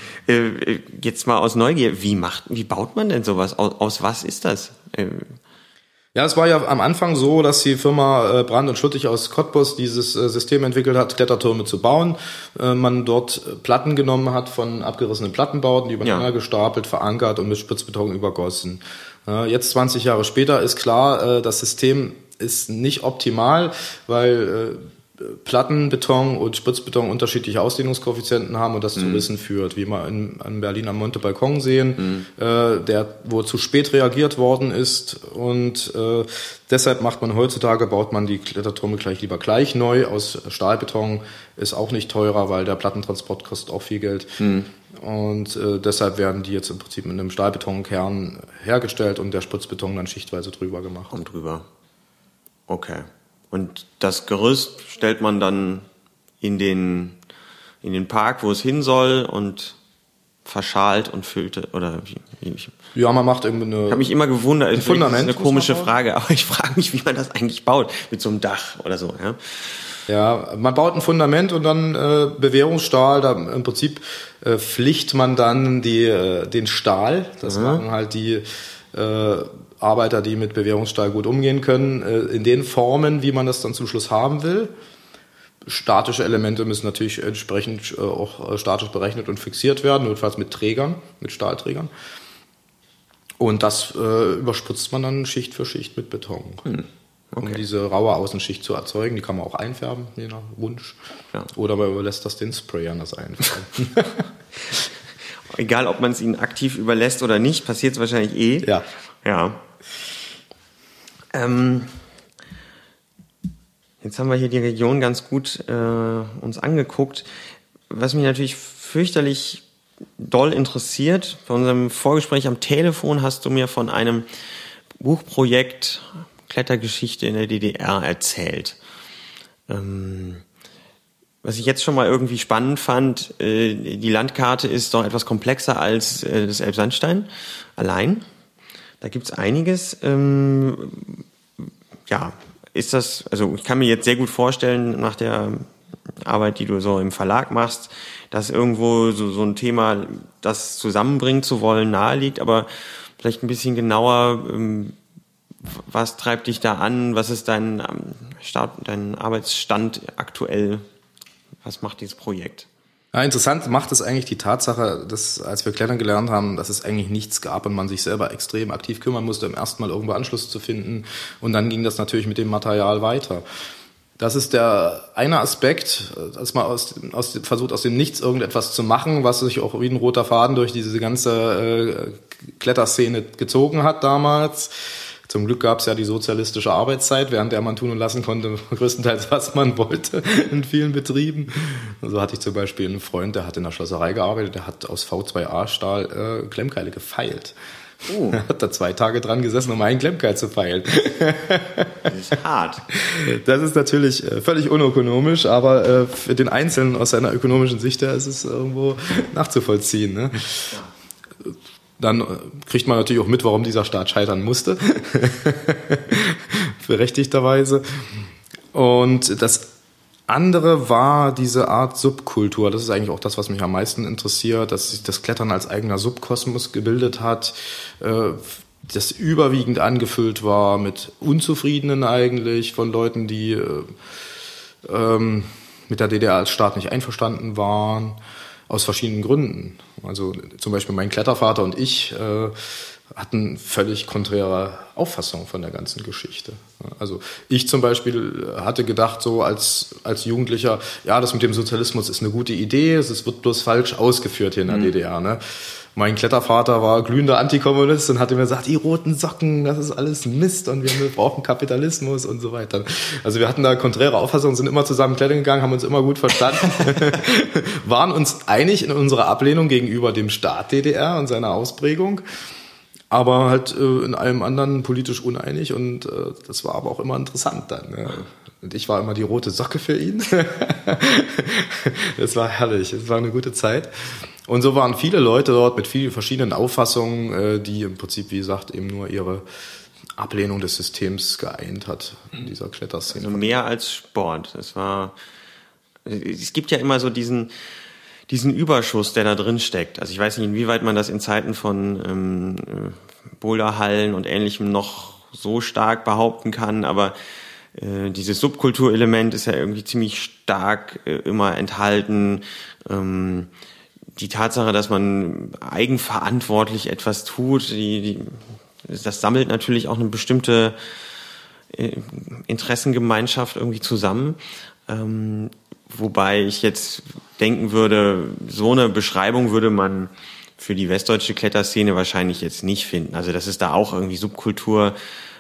S1: Jetzt mal aus Neugier, wie baut man denn sowas? Aus was ist das?
S3: Ja, es war ja am Anfang so, dass die Firma Brand und Schuttig aus Cottbus dieses System entwickelt hat, Klettertürme zu bauen. Man dort Platten genommen hat von abgerissenen Plattenbauten, die übereinander gestapelt, verankert und mit Spritzbeton übergossen. Jetzt 20 Jahre später ist klar, das System ist nicht optimal, weil Plattenbeton und Spritzbeton unterschiedliche Ausdehnungskoeffizienten haben und das zu Rissen führt, wie wir in Berlin am Monte Balkon sehen, wo zu spät reagiert worden ist, und deshalb baut man die Klettertürme lieber gleich neu aus Stahlbeton, ist auch nicht teurer, weil der Plattentransport kostet auch viel Geld. Und deshalb werden die jetzt im Prinzip mit einem Stahlbetonkern hergestellt und der Spritzbeton dann schichtweise drüber gemacht.
S1: Und drüber. Okay. Und das Gerüst stellt man dann in den Park, wo es hin soll, und verschalt und füllt, oder wie?
S3: Ja, man macht eben
S1: ich habe mich immer gewundert,
S3: ein Fundament,
S1: das ist eine komische Frage, aber ich frage mich, wie man das eigentlich baut, mit so einem Dach oder so, ja.
S3: Ja, man baut ein Fundament und dann Bewährungsstahl, da im Prinzip flicht man dann den Stahl, das machen halt die Arbeiter, die mit Bewährungsstahl gut umgehen können, in den Formen, wie man das dann zum Schluss haben will. Statische Elemente müssen natürlich entsprechend auch statisch berechnet und fixiert werden, notfalls mit Trägern, mit Stahlträgern. Und das überspritzt man dann Schicht für Schicht mit Beton. Okay. Um diese raue Außenschicht zu erzeugen. Die kann man auch einfärben, je nach Wunsch. Ja. Oder man überlässt das den Sprayern, das Einfärben.
S1: Egal, ob man es ihnen aktiv überlässt oder nicht, passiert es wahrscheinlich eh.
S3: Ja.
S1: Ja. Jetzt haben wir hier die Region ganz gut uns angeguckt. Was mich natürlich fürchterlich doll interessiert, bei unserem Vorgespräch am Telefon hast du mir von einem Buchprojekt Klettergeschichte in der DDR erzählt. Was ich jetzt schon mal irgendwie spannend fand, die Landkarte ist doch etwas komplexer als das Elbsandstein allein. Da gibt's einiges. Ja, ist das, also ich kann mir jetzt sehr gut vorstellen, nach der Arbeit, die du so im Verlag machst, dass irgendwo so ein Thema, das zusammenbringen zu wollen, naheliegt, aber vielleicht ein bisschen genauer, was treibt dich da an? Was ist dein Arbeitsstand aktuell? Was macht dieses Projekt?
S3: Ja, interessant macht es eigentlich die Tatsache, dass, als wir Klettern gelernt haben, dass es eigentlich nichts gab und man sich selber extrem aktiv kümmern musste, um erst mal irgendwo Anschluss zu finden. Und dann ging das natürlich mit dem Material weiter. Das ist der eine Aspekt, dass man versucht, aus dem Nichts irgendetwas zu machen, was sich auch wie ein roter Faden durch diese ganze Kletterszene gezogen hat damals. Zum Glück gab es ja die sozialistische Arbeitszeit, während der man tun und lassen konnte, größtenteils was man wollte in vielen Betrieben. Also hatte ich zum Beispiel einen Freund, der hat in der Schlosserei gearbeitet, der hat aus V2A-Stahl Klemmkeile gefeilt. Hat da 2 Tage dran gesessen, um einen Klemmkeil zu feilen.
S1: Das ist hart.
S3: Das ist natürlich völlig unökonomisch, aber für den Einzelnen aus seiner ökonomischen Sicht her ist es irgendwo nachzuvollziehen. Ne? Ja. Dann kriegt man natürlich auch mit, warum dieser Staat scheitern musste. Berechtigterweise. Und das andere war diese Art Subkultur. Das ist eigentlich auch das, was mich am meisten interessiert, dass sich das Klettern als eigener Subkosmos gebildet hat, das überwiegend angefüllt war mit Unzufriedenen eigentlich, von Leuten, die mit der DDR als Staat nicht einverstanden waren, aus verschiedenen Gründen. Also zum Beispiel mein Klettervater und ich hatten völlig konträre Auffassung von der ganzen Geschichte. Also ich zum Beispiel hatte gedacht, so als Jugendlicher, ja, das mit dem Sozialismus ist eine gute Idee, es wird bloß falsch ausgeführt hier in der DDR. Ne? Mein Klettervater war glühender Antikommunist und hatte mir gesagt, die roten Socken, das ist alles Mist und wir brauchen Kapitalismus und so weiter. Also wir hatten da konträre Auffassungen, sind immer zusammen klettern gegangen, haben uns immer gut verstanden, waren uns einig in unserer Ablehnung gegenüber dem Staat DDR und seiner Ausprägung, aber halt in allem anderen politisch uneinig und das war aber auch immer interessant dann. Ja. Und ich war immer die rote Socke für ihn. Das war herrlich, es war eine gute Zeit. Und so waren viele Leute dort mit vielen verschiedenen Auffassungen, die im Prinzip, wie gesagt, eben nur ihre Ablehnung des Systems geeint hat in dieser Kletterszene.
S1: Also mehr als Sport. Es gibt ja immer so diesen Überschuss, der da drin steckt. Also ich weiß nicht, inwieweit man das in Zeiten von Boulderhallen und Ähnlichem noch so stark behaupten kann, aber dieses Subkulturelement ist ja irgendwie ziemlich stark immer enthalten. Die Tatsache, dass man eigenverantwortlich etwas tut, das sammelt natürlich auch eine bestimmte Interessengemeinschaft irgendwie zusammen. Wobei ich jetzt denken würde, so eine Beschreibung würde man für die westdeutsche Kletterszene wahrscheinlich jetzt nicht finden. Also dass es da auch irgendwie Subkultur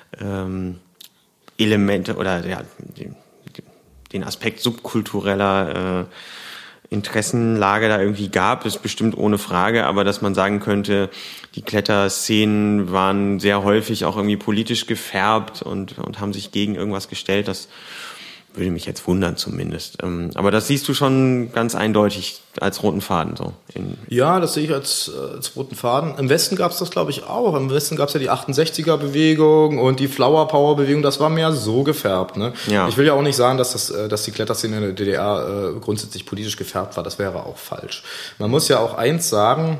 S1: Elemente oder ja, den Aspekt subkultureller Interessenlage da irgendwie gab, ist bestimmt ohne Frage, aber dass man sagen könnte, die Kletterszenen waren sehr häufig auch irgendwie politisch gefärbt und haben sich gegen irgendwas gestellt, das würde mich jetzt wundern zumindest. Aber das siehst du schon ganz eindeutig als roten Faden so.
S3: Ja, das sehe ich als roten Faden. Im Westen gab es das, glaube ich, auch. Im Westen gab es ja die 68er-Bewegung und die Flower-Power-Bewegung. Das war mehr so gefärbt. Ne? Ja. Ich will ja auch nicht sagen, dass die Kletterszene in der DDR grundsätzlich politisch gefärbt war. Das wäre auch falsch. Man muss ja auch eins sagen,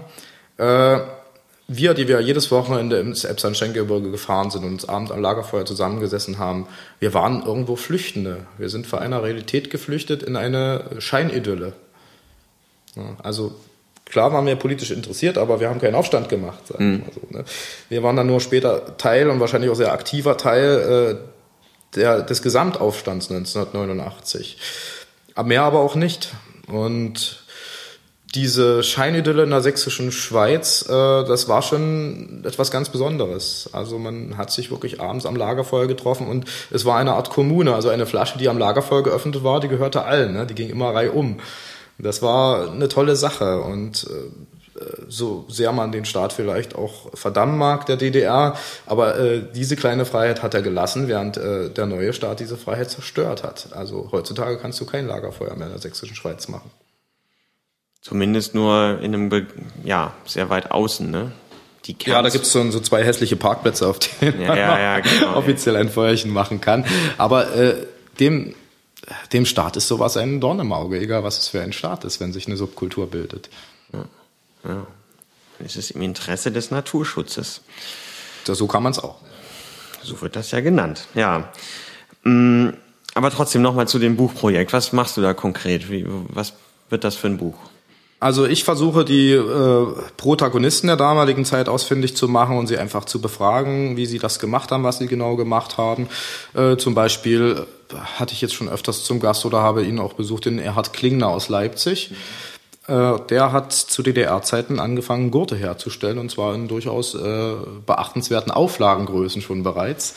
S3: die wir jedes Wochenende ins Elbsandsteingebirge gefahren sind und uns abends am Lagerfeuer zusammengesessen haben, wir waren irgendwo Flüchtende. Wir sind vor einer Realität geflüchtet in eine Scheinidylle. Ja, also klar waren wir politisch interessiert, aber wir haben keinen Aufstand gemacht. Sagen wir mal so, ne? Wir waren dann nur später Teil und wahrscheinlich auch sehr aktiver Teil des Gesamtaufstands 1989. Mehr aber auch nicht. Und diese Scheinidylle in der sächsischen Schweiz, das war schon etwas ganz Besonderes. Also man hat sich wirklich abends am Lagerfeuer getroffen und es war eine Art Kommune. Also eine Flasche, die am Lagerfeuer geöffnet war, die gehörte allen, ne? Die ging immer reihum. Das war eine tolle Sache und so sehr man den Staat vielleicht auch verdammen mag, der DDR, aber diese kleine Freiheit hat er gelassen, während der neue Staat diese Freiheit zerstört hat. Also heutzutage kannst du kein Lagerfeuer mehr in der sächsischen Schweiz machen.
S1: Zumindest nur in einem, sehr weit außen, ne?
S3: Ja, da gibt's so 2 hässliche Parkplätze, auf denen man genau, offiziell ein Feuerchen machen kann. Aber dem Staat ist sowas ein Dorn im Auge, egal was es für ein Staat ist, wenn sich eine Subkultur bildet.
S1: Ja. Es ist im Interesse des Naturschutzes.
S3: So kann man es auch.
S1: So wird das ja genannt, ja. Aber trotzdem nochmal zu dem Buchprojekt. Was machst du da konkret? Was wird das für ein Buch?
S3: Also ich versuche, die Protagonisten der damaligen Zeit ausfindig zu machen und sie einfach zu befragen, wie sie das gemacht haben, was sie genau gemacht haben. Zum Beispiel hatte ich jetzt schon öfters zum Gast oder habe ihn auch besucht, den Erhard Klingner aus Leipzig. Der hat zu DDR-Zeiten angefangen, Gurte herzustellen, und zwar in durchaus beachtenswerten Auflagengrößen schon bereits.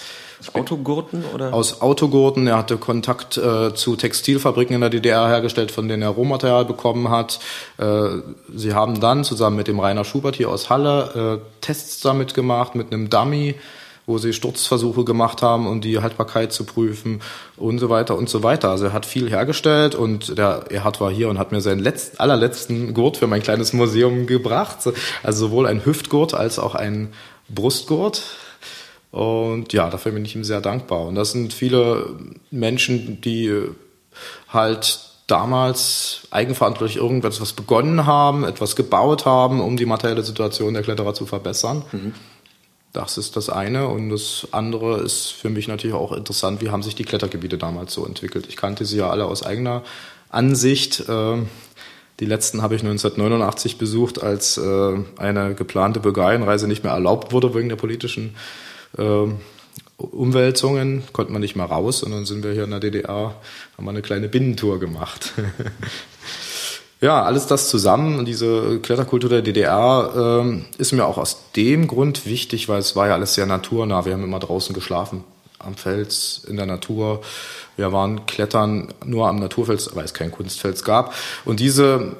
S1: Autogurten oder?
S3: Aus Autogurten. Er hatte Kontakt zu Textilfabriken in der DDR hergestellt, von denen er Rohmaterial bekommen hat. Sie haben dann zusammen mit dem Rainer Schubert hier aus Halle Tests damit gemacht, mit einem Dummy, wo sie Sturzversuche gemacht haben, um die Haltbarkeit zu prüfen und so weiter und so weiter. Also er hat viel hergestellt und der Erhard war hier und hat mir seinen allerletzten Gurt für mein kleines Museum gebracht. Also sowohl ein Hüftgurt als auch ein Brustgurt. Und ja, dafür bin ich ihm sehr dankbar. Und das sind viele Menschen, die halt damals eigenverantwortlich irgendetwas begonnen haben, etwas gebaut haben, um die materielle Situation der Kletterer zu verbessern. Mhm. Das ist das eine. Und das andere ist für mich natürlich auch interessant, wie haben sich die Klettergebiete damals so entwickelt. Ich kannte sie ja alle aus eigener Ansicht. Die letzten habe ich 1989 besucht, als eine geplante Bulgarienreise nicht mehr erlaubt wurde wegen der politischen Umwälzungen. Konnte man nicht mehr raus. Und dann sind wir hier in der DDR, haben wir eine kleine Binnentour gemacht. Ja, alles das zusammen und diese Kletterkultur der DDR ist mir auch aus dem Grund wichtig, weil es war ja alles sehr naturnah. Wir haben immer draußen geschlafen, am Fels, in der Natur. Wir waren klettern nur am Naturfels, weil es kein Kunstfels gab. Und diese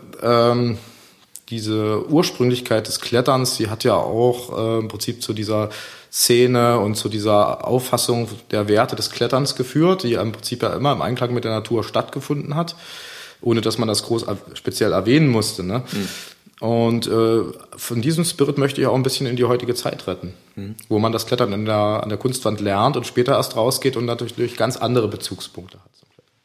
S3: Ursprünglichkeit des Kletterns, die hat ja auch im Prinzip zu dieser Szene und zu dieser Auffassung der Werte des Kletterns geführt, die im Prinzip ja immer im Einklang mit der Natur stattgefunden hat, ohne dass man das groß speziell erwähnen musste. Ne? Mhm. Und von diesem Spirit möchte ich auch ein bisschen in die heutige Zeit retten, wo man das Klettern an der Kunstwand lernt und später erst rausgeht und natürlich ganz andere Bezugspunkte hat.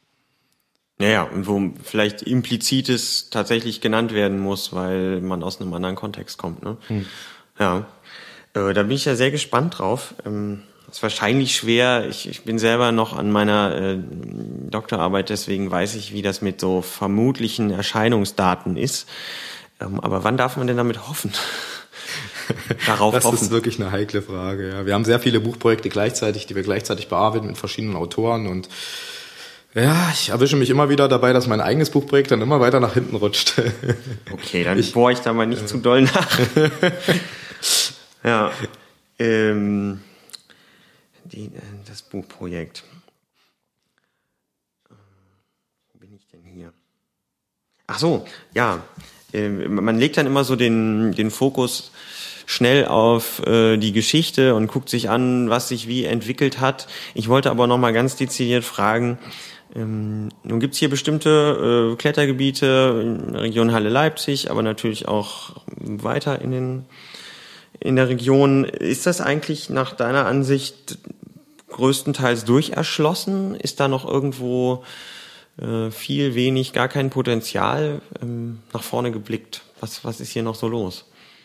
S1: Ja, und wo vielleicht Implizites tatsächlich genannt werden muss, weil man aus einem anderen Kontext kommt. Ne? Ja, da bin ich ja sehr gespannt drauf. Ist wahrscheinlich schwer. Ich bin selber noch an meiner Doktorarbeit, deswegen weiß ich, wie das mit so vermutlichen Erscheinungsdaten ist. Aber wann darf man denn damit hoffen?
S3: Das ist wirklich eine heikle Frage. Ja. Wir haben sehr viele Buchprojekte gleichzeitig, die wir gleichzeitig bearbeiten mit verschiedenen Autoren und ja, ich erwische mich immer wieder dabei, dass mein eigenes Buchprojekt dann immer weiter nach hinten rutscht.
S1: Okay, dann bohre ich da mal nicht zu doll nach. Ja, das Buchprojekt. Wo bin ich denn hier? Ach so, ja. Man legt dann immer so den Fokus schnell auf die Geschichte und guckt sich an, was sich wie entwickelt hat. Ich wollte aber noch mal ganz dezidiert fragen, nun gibt's hier bestimmte Klettergebiete in der Region Halle-Leipzig, aber natürlich auch weiter in der Region. Ist das eigentlich nach deiner Ansicht größtenteils durcherschlossen? Ist da noch irgendwo viel, wenig, gar kein Potenzial nach vorne geblickt? Was ist hier noch so los?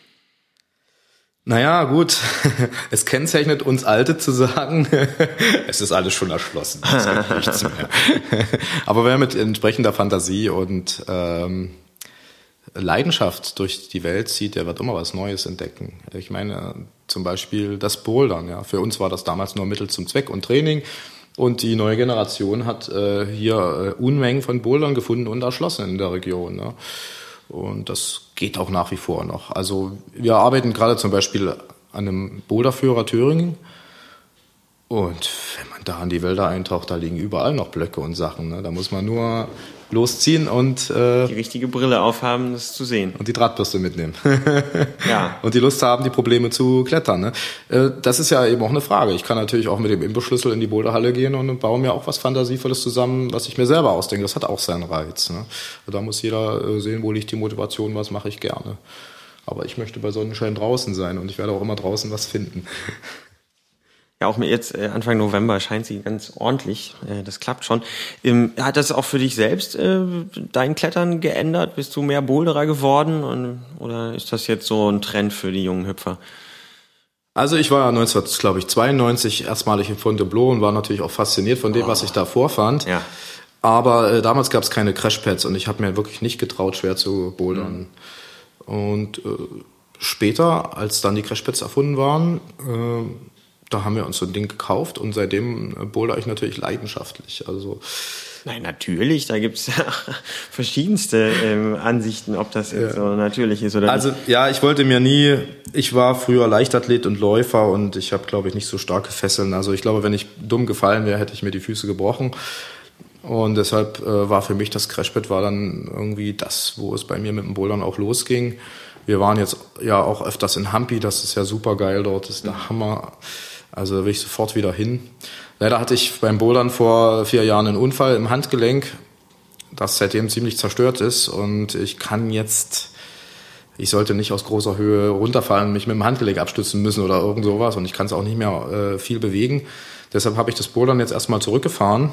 S3: Naja, gut, es kennzeichnet uns Alte zu sagen, es ist alles schon erschlossen, es gibt nichts mehr. Aber wer mit entsprechender Fantasie und Leidenschaft durch die Welt zieht, der wird immer was Neues entdecken. Ich meine, zum Beispiel das Bouldern. Ja. Für uns war das damals nur Mittel zum Zweck und Training. Und die neue Generation hat hier Unmengen von Bouldern gefunden und erschlossen in der Region. Ne? Und das geht auch nach wie vor noch. Also wir arbeiten gerade zum Beispiel an einem Boulderführer Thüringen. Und wenn man da in die Wälder eintaucht, da liegen überall noch Blöcke und Sachen. Ne? Da muss man nur losziehen und
S1: die richtige Brille aufhaben, das zu sehen.
S3: Und die Drahtbürste mitnehmen.
S1: Ja.
S3: Und die Lust haben, die Probleme zu klettern. Ne? Das ist ja eben auch eine Frage. Ich kann natürlich auch mit dem Imbusschlüssel in die Boulderhalle gehen und baue mir auch was Fantasievolles zusammen, was ich mir selber ausdenke. Das hat auch seinen Reiz. Ne? Da muss jeder sehen, wo liegt die Motivation, was mache ich gerne. Aber ich möchte bei Sonnenschein draußen sein und ich werde auch immer draußen was finden.
S1: Ja, auch jetzt Anfang November scheint sie ganz ordentlich. Das klappt schon. Hat das auch für dich selbst dein Klettern geändert? Bist du mehr Boulderer geworden? Oder ist das jetzt so ein Trend für die jungen Hüpfer?
S3: Also ich war ja 1992 erstmalig in Fontainebleau und war natürlich auch fasziniert von dem, was ich da vorfand.
S1: Ja.
S3: Aber damals gab es keine Crashpads und ich habe mir wirklich nicht getraut, schwer zu bouldern. Und später, als dann die Crashpads erfunden waren, da haben wir uns so ein Ding gekauft und seitdem boulder ich natürlich leidenschaftlich. Also
S1: Nein, natürlich, da gibt's ja verschiedenste Ansichten, ob das jetzt so natürlich ist oder
S3: also, nicht. Also ich war früher Leichtathlet und Läufer und ich habe, glaube ich, nicht so starke Fesseln. Also ich glaube, wenn ich dumm gefallen wäre, hätte ich mir die Füße gebrochen. Und deshalb war für mich das Crashpad war dann irgendwie das, wo es bei mir mit dem Bouldern auch losging. Wir waren jetzt ja auch öfters in Hampi, das ist ja super geil dort, das ist der Hammer. Also da will ich sofort wieder hin. Leider hatte ich beim Bouldern vor 4 Jahren einen Unfall im Handgelenk, das seitdem ziemlich zerstört ist. Und ich sollte nicht aus großer Höhe runterfallen, mich mit dem Handgelenk abstützen müssen oder irgend sowas. Und ich kann es auch nicht mehr viel bewegen. Deshalb habe ich das Bouldern jetzt erstmal zurückgefahren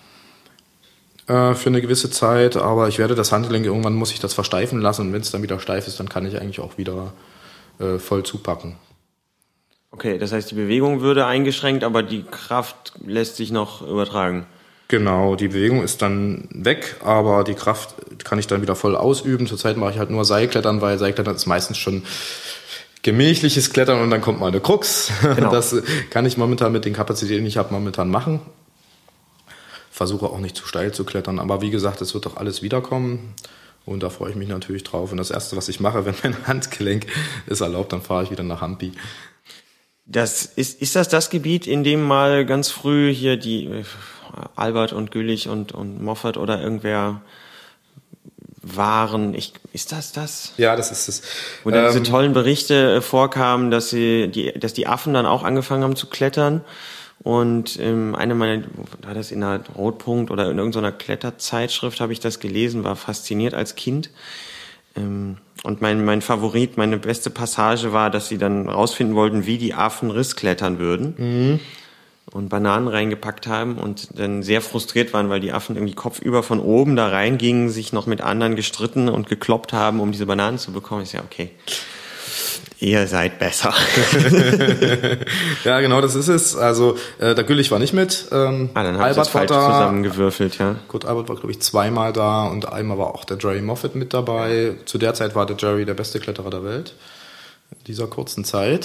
S3: für eine gewisse Zeit. Aber ich werde das Handgelenk, irgendwann muss ich das versteifen lassen. Und wenn es dann wieder steif ist, dann kann ich eigentlich auch wieder voll zupacken.
S1: Okay, das heißt, die Bewegung würde eingeschränkt, aber die Kraft lässt sich noch übertragen.
S3: Genau, die Bewegung ist dann weg, aber die Kraft kann ich dann wieder voll ausüben. Zurzeit mache ich halt nur Seilklettern, weil Seilklettern ist meistens schon gemächliches Klettern und dann kommt mal eine Krux. Genau. Das kann ich momentan mit den Kapazitäten, die ich habe, momentan machen. Versuche auch nicht zu steil zu klettern, aber wie gesagt, es wird doch alles wiederkommen. Und da freue ich mich natürlich drauf. Und das Erste, was ich mache, wenn mein Handgelenk es erlaubt, dann fahre ich wieder nach Hampi.
S1: Ist das Gebiet, in dem mal ganz früh hier die Albert und Gülich und Moffat oder irgendwer waren? Ist das?
S3: Ja, das ist es.
S1: Wo dann diese tollen Berichte vorkamen, dass die Affen dann auch angefangen haben zu klettern. Und war das in einer Rotpunkt oder in irgendeiner Kletterzeitschrift, habe ich das gelesen, war fasziniert als Kind. Und mein Favorit, meine beste Passage war, dass sie dann rausfinden wollten, wie die Affen Riss klettern würden. Mhm. Und Bananen reingepackt haben und dann sehr frustriert waren, weil die Affen irgendwie kopfüber von oben da reingingen, sich noch mit anderen gestritten und gekloppt haben, um diese Bananen zu bekommen. Ich sage, okay, ihr seid besser.
S3: Ja, genau, das ist es. Also der Gülich war nicht mit.
S1: Dann habe ich das falsch zusammengewürfelt, ja.
S3: Gut, Albert war, glaube ich, 2-mal da und einmal war auch der Jerry Moffat mit dabei. Zu der Zeit war der Jerry der beste Kletterer der Welt. In dieser kurzen Zeit.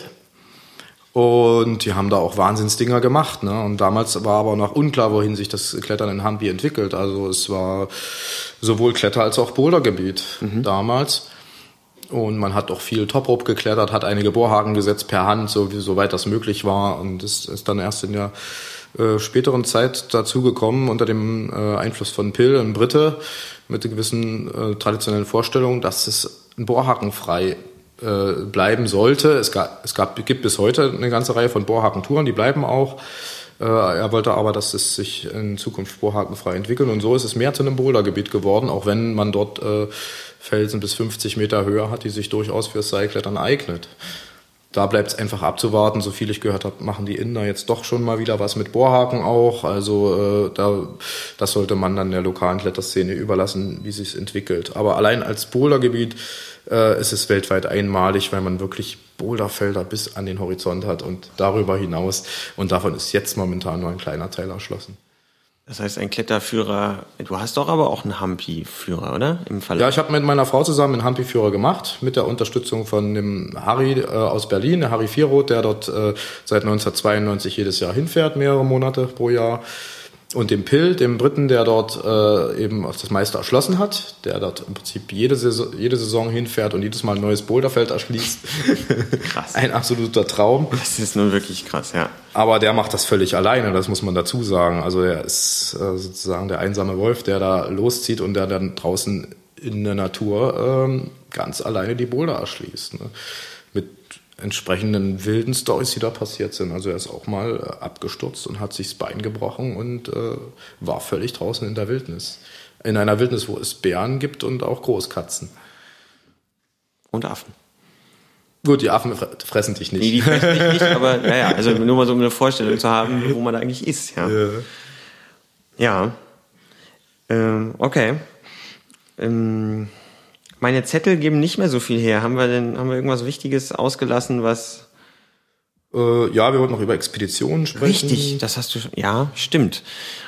S3: Und die haben da auch Wahnsinnsdinger gemacht, ne? Und damals war aber noch unklar, wohin sich das Klettern in Hampi entwickelt. Also es war sowohl Kletter- als auch Bouldergebiet damals. Und man hat auch viel Toprope geklettert, hat einige Bohrhaken gesetzt per Hand, soweit das möglich war. Und es ist dann erst in der späteren Zeit dazu gekommen, unter dem Einfluss von Pill und Britte, mit einer gewissen traditionellen Vorstellung, dass es ein Bohrhakenfrei bleiben sollte. Es gibt bis heute eine ganze Reihe von Bohrhakentouren, die bleiben auch. Er wollte aber, dass es sich in Zukunft bohrhakenfrei entwickelt. Und so ist es mehr zu einem Bouldergebiet geworden, auch wenn man dort Felsen bis 50 Meter Höhe hat, die sich durchaus fürs Seilklettern eignet. Da bleibt es einfach abzuwarten. So viel ich gehört habe, machen die Inder jetzt doch schon mal wieder was mit Bohrhaken auch. Also das sollte man dann der lokalen Kletterszene überlassen, wie sich es entwickelt. Aber allein als Bouldergebiet ist es weltweit einmalig, weil man wirklich Boulderfelder bis an den Horizont hat und darüber hinaus. Und davon ist jetzt momentan nur ein kleiner Teil erschlossen.
S1: Das heißt, ein Kletterführer, du hast doch aber auch einen Hampi-Führer, oder? Im Fall.
S3: Ja, ich habe mit meiner Frau zusammen einen Hampi-Führer gemacht, mit der Unterstützung von dem Harry aus Berlin, der Harry Vierroth, der dort seit 1992 jedes Jahr hinfährt, mehrere Monate pro Jahr. Und dem Pill, dem Briten, der dort eben das meiste erschlossen hat, der dort im Prinzip jede Saison hinfährt und jedes Mal ein neues Boulderfeld erschließt. Krass. Ein absoluter Traum.
S1: Das ist nun wirklich krass, ja.
S3: Aber der macht das völlig alleine, das muss man dazu sagen. Also er ist sozusagen der einsame Wolf, der da loszieht und der dann draußen in der Natur ganz alleine die Boulder erschließt. Ne? Mit entsprechenden wilden Storys, die da passiert sind. Also er ist auch mal abgestürzt und hat sich das Bein gebrochen und war völlig draußen in der Wildnis. In einer Wildnis, wo es Bären gibt und auch Großkatzen.
S1: Und Affen.
S3: Gut, die Affen fressen dich nicht.
S1: Nee, die fressen dich nicht, aber naja, also nur mal so eine Vorstellung zu haben, wo man da eigentlich ist. Ja. Okay. Meine Zettel geben nicht mehr so viel her. Haben wir irgendwas Wichtiges ausgelassen, was...
S3: Ja, wir wollten noch über Expeditionen sprechen.
S1: Richtig, das hast du schon... Ja, stimmt.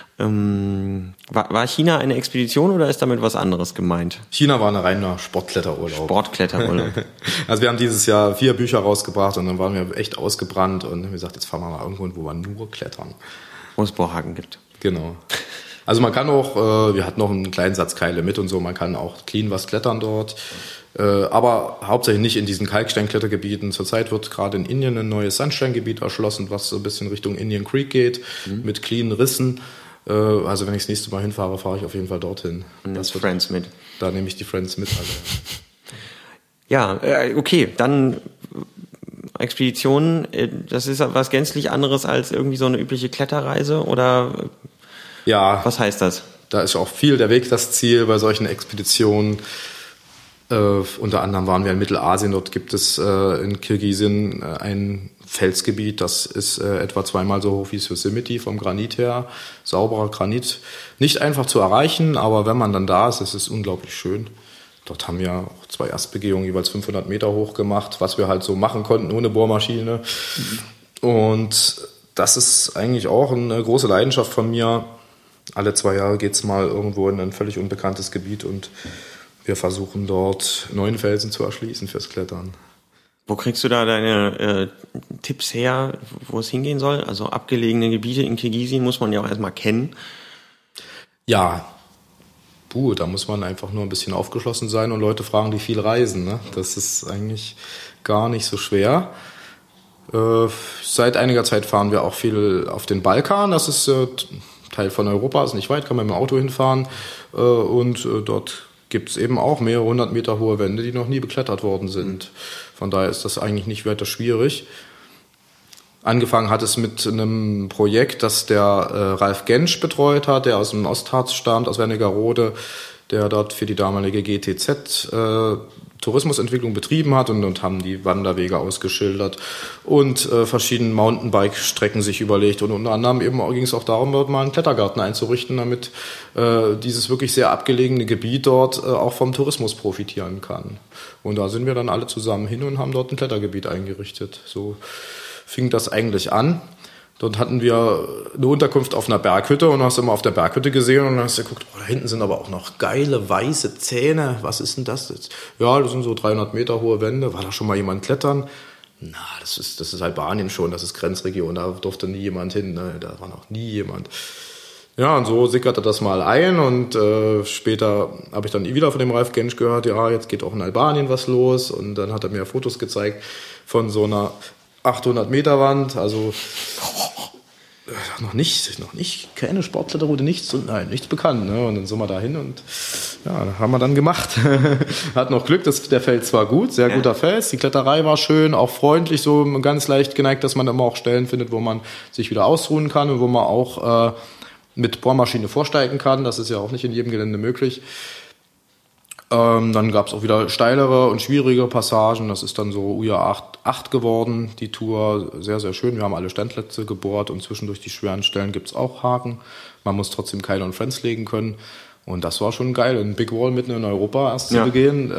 S1: War China eine Expedition oder ist damit was anderes gemeint?
S3: China war ein reiner Sportkletterurlaub.
S1: Sportkletterurlaub.
S3: Also wir haben dieses Jahr 4 Bücher rausgebracht und dann waren wir echt ausgebrannt und haben gesagt, jetzt fahren wir mal irgendwo hin, wo wir nur klettern.
S1: Wo es Bohrhaken gibt.
S3: Genau. Also man kann auch, wir hatten noch einen kleinen Satz Keile mit und so, man kann auch clean was klettern dort. Aber hauptsächlich nicht in diesen Kalksteinklettergebieten. Zurzeit wird gerade in Indien ein neues Sandsteingebiet erschlossen, was so ein bisschen Richtung Indian Creek geht, mit cleanen Rissen. Also wenn ich das nächste Mal hinfahre, fahre ich auf jeden Fall dorthin.
S1: Und das Friends mit.
S3: Da nehme ich die Friends mit. Also.
S1: Ja, okay, dann Expeditionen, das ist was gänzlich anderes als irgendwie so eine übliche Kletterreise, oder
S3: ja,
S1: was heißt das?
S3: Da ist auch viel der Weg das Ziel bei solchen Expeditionen. Unter anderem waren wir in Mittelasien, dort gibt es in Kirgisien ein Felsgebiet, das ist etwa 2-mal so hoch wie Yosemite vom Granit her, sauberer Granit. Nicht einfach zu erreichen, aber wenn man dann da ist, ist es unglaublich schön. Dort haben wir auch 2 Erstbegehungen jeweils 500 Meter hoch gemacht, was wir halt so machen konnten ohne Bohrmaschine. Und das ist eigentlich auch eine große Leidenschaft von mir. Alle 2 Jahre geht's mal irgendwo in ein völlig unbekanntes Gebiet und wir versuchen dort neuen Felsen zu erschließen fürs Klettern.
S1: Wo kriegst du da deine Tipps her, wo es hingehen soll? Also abgelegene Gebiete in Kirgisien muss man ja auch erstmal kennen.
S3: Ja, da muss man einfach nur ein bisschen aufgeschlossen sein und Leute fragen, die viel reisen. Ne? Das ist eigentlich gar nicht so schwer. Seit einiger Zeit fahren wir auch viel auf den Balkan. Das ist Teil von Europa, ist nicht weit, kann man mit dem Auto hinfahren. Und dort gibt es eben auch mehrere 100 Meter hohe Wände, die noch nie beklettert worden sind. Von daher ist das eigentlich nicht weiter schwierig. Angefangen hat es mit einem Projekt, das der Ralf Gensch betreut hat, der aus dem Ostharz stammt, aus Wernigerode, der dort für die damalige GTZ Tourismusentwicklung betrieben hat und haben die Wanderwege ausgeschildert und verschiedene Mountainbike-Strecken sich überlegt. Und unter anderem eben ging es auch darum, dort mal einen Klettergarten einzurichten, damit dieses wirklich sehr abgelegene Gebiet dort auch vom Tourismus profitieren kann. Und da sind wir dann alle zusammen hin und haben dort ein Klettergebiet eingerichtet. So fing das eigentlich an. Dort hatten wir eine Unterkunft auf einer Berghütte und hast immer auf der Berghütte gesehen und dann hast du geguckt, da hinten sind aber auch noch geile weiße Zähne. Was ist denn das jetzt? Ja, das sind so 300 Meter hohe Wände. War da schon mal jemand klettern? Na, das ist Albanien schon, das ist Grenzregion, da durfte nie jemand hin, ne? Da war noch nie jemand. Ja, und so sickerte das mal ein und später habe ich dann wieder von dem Ralf Gensch gehört, ja, jetzt geht auch in Albanien was los und dann hat er mir Fotos gezeigt von so einer 800 Meter Wand, also noch nicht keine Sportkletterroute, nichts bekannt, ne? Und dann sind wir da hin und ja, haben wir dann gemacht. Hat noch Glück, der Fels war gut, sehr guter Fels, die Kletterei war schön, auch freundlich, so ganz leicht geneigt, dass man immer auch Stellen findet, wo man sich wieder ausruhen kann und wo man auch mit Bohrmaschine vorsteigen kann, das ist ja auch nicht in jedem Gelände möglich. Dann gab es auch wieder steilere und schwierige Passagen. Das ist dann so UJA 8 geworden, die Tour. Sehr, sehr schön. Wir haben alle Standplätze gebohrt und zwischendurch die schweren Stellen gibt's auch Haken. Man muss trotzdem Keile und Friends legen können. Und das war schon geil. Ein Big Wall mitten in Europa erst zu begehen,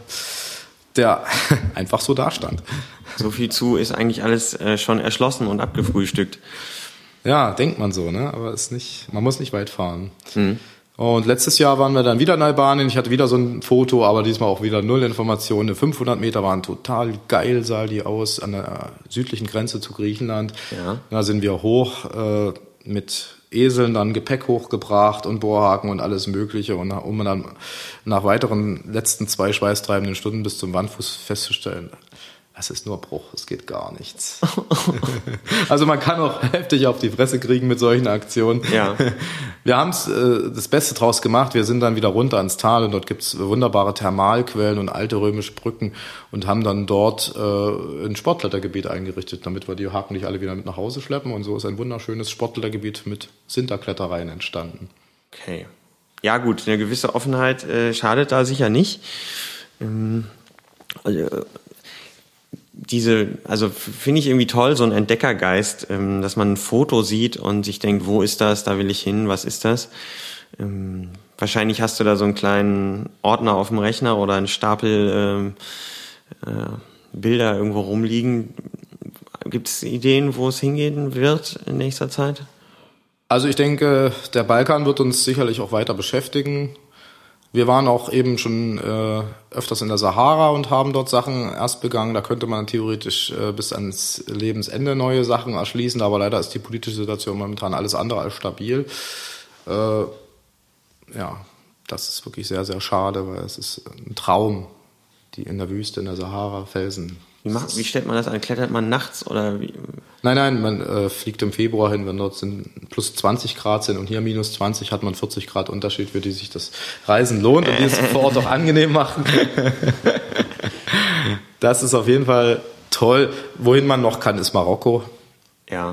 S3: der einfach so dastand.
S1: So viel zu ist eigentlich alles schon erschlossen und abgefrühstückt.
S3: Ja, denkt man so, ne? Aber ist nicht, man muss nicht weit fahren. Und letztes Jahr waren wir dann wieder in Albanien. Ich hatte wieder so ein Foto, aber diesmal auch wieder 0 Informationen. 500 Meter waren total geil, sah die aus, an der südlichen Grenze zu Griechenland. Ja. Da sind wir hoch mit Eseln, dann Gepäck hochgebracht und Bohrhaken und alles Mögliche. Und um dann nach weiteren letzten 2 schweißtreibenden Stunden bis zum Wandfuß festzustellen, es ist nur Bruch, es geht gar nichts. Also man kann auch heftig auf die Fresse kriegen mit solchen Aktionen. Ja. Wir haben das Beste draus gemacht. Wir sind dann wieder runter ans Tal und dort gibt's wunderbare Thermalquellen und alte römische Brücken und haben dann dort ein Sportklettergebiet eingerichtet, damit wir die Haken nicht alle wieder mit nach Hause schleppen. Und so ist ein wunderschönes Sportklettergebiet mit Sinterklettereien entstanden.
S1: Okay. Ja gut, eine gewisse Offenheit schadet da sicher nicht. Also finde ich irgendwie toll, so ein Entdeckergeist, dass man ein Foto sieht und sich denkt, wo ist das, da will ich hin, was ist das? Wahrscheinlich hast du da so einen kleinen Ordner auf dem Rechner oder einen Stapel Bilder irgendwo rumliegen. Gibt es Ideen, wo es hingehen wird in nächster Zeit?
S3: Also ich denke, der Balkan wird uns sicherlich auch weiter beschäftigen. Wir waren auch eben schon öfters in der Sahara und haben dort Sachen erst begangen. Da könnte man theoretisch bis ans Lebensende neue Sachen erschließen, aber leider ist die politische Situation momentan alles andere als stabil. das ist wirklich sehr, sehr schade, weil es ist ein Traum, die in der Wüste, in der Sahara, Felsen.
S1: Wie stellt man das an? Klettert man nachts oder wie?
S3: Nein, man fliegt im Februar hin, wenn dort plus 20 Grad sind und hier minus 20, hat man 40 Grad Unterschied, für die sich das Reisen lohnt und die es vor Ort auch angenehm machen. Das ist auf jeden Fall toll. Wohin man noch kann, ist Marokko.
S1: Ja.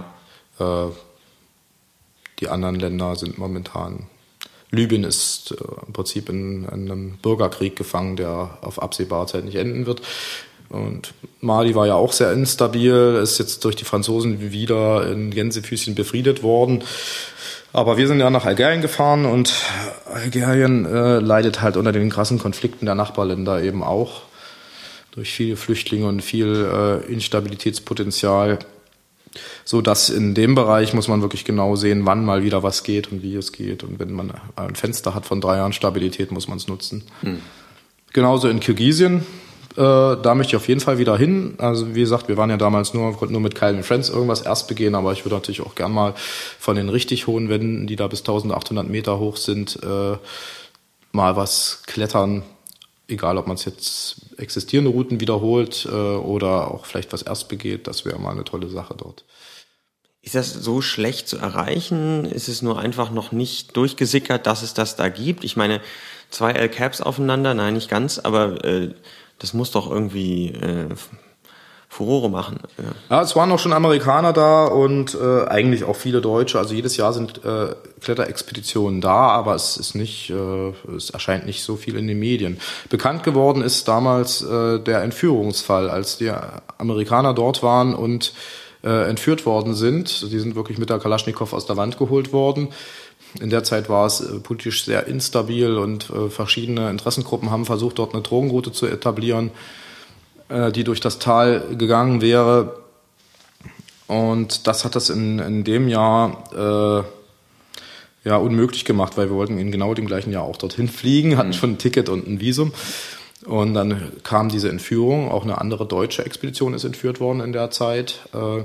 S3: Die anderen Länder sind momentan... Libyen ist im Prinzip in einem Bürgerkrieg gefangen, der auf absehbare Zeit nicht enden wird. Und Mali war ja auch sehr instabil, ist jetzt durch die Franzosen wieder in Gänsefüßchen befriedet worden. Aber wir sind ja nach Algerien gefahren und Algerien leidet halt unter den krassen Konflikten der Nachbarländer eben auch. Durch viele Flüchtlinge und viel Instabilitätspotenzial. So dass in dem Bereich muss man wirklich genau sehen, wann mal wieder was geht und wie es geht. Und wenn man ein Fenster hat von 3 Jahren Stabilität, muss man es nutzen. Genauso in Kirgisien. Da möchte ich auf jeden Fall wieder hin. Also wie gesagt, wir waren ja damals konnten nur mit Kyle and Friends irgendwas erst begehen, aber ich würde natürlich auch gern mal von den richtig hohen Wänden, die da bis 1800 Meter hoch sind, mal was klettern. Egal, ob man es jetzt existierende Routen wiederholt oder auch vielleicht was erst begeht, das wäre mal eine tolle Sache dort.
S1: Ist das so schlecht zu erreichen? Ist es nur einfach noch nicht durchgesickert, dass es das da gibt? Ich meine, 2 El Caps aufeinander, nein, nicht ganz, aber das muss doch irgendwie Furore machen.
S3: Ja, es waren auch schon Amerikaner da und eigentlich auch viele Deutsche. Also jedes Jahr sind Kletterexpeditionen da, aber es erscheint nicht so viel in den Medien. Bekannt geworden ist damals der Entführungsfall, als die Amerikaner dort waren und entführt worden sind. Die sind wirklich mit der Kalaschnikow aus der Wand geholt worden. In der Zeit war es politisch sehr instabil und verschiedene Interessengruppen haben versucht, dort eine Drogenroute zu etablieren, die durch das Tal gegangen wäre. Und das hat das in dem Jahr unmöglich gemacht, weil wir wollten in genau dem gleichen Jahr auch dorthin fliegen, hatten schon ein Ticket und ein Visum. Und dann kam diese Entführung. Auch eine andere deutsche Expedition ist entführt worden in der Zeit,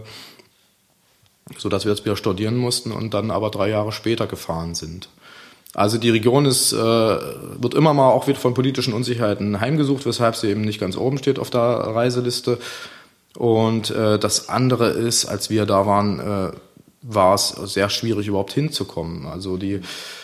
S3: sodass wir jetzt wieder studieren mussten und dann aber 3 Jahre später gefahren sind. Also die Region wird immer mal auch wieder von politischen Unsicherheiten heimgesucht, weshalb sie eben nicht ganz oben steht auf der Reiseliste. Und das andere ist, als wir da waren, war es sehr schwierig überhaupt hinzukommen. Also die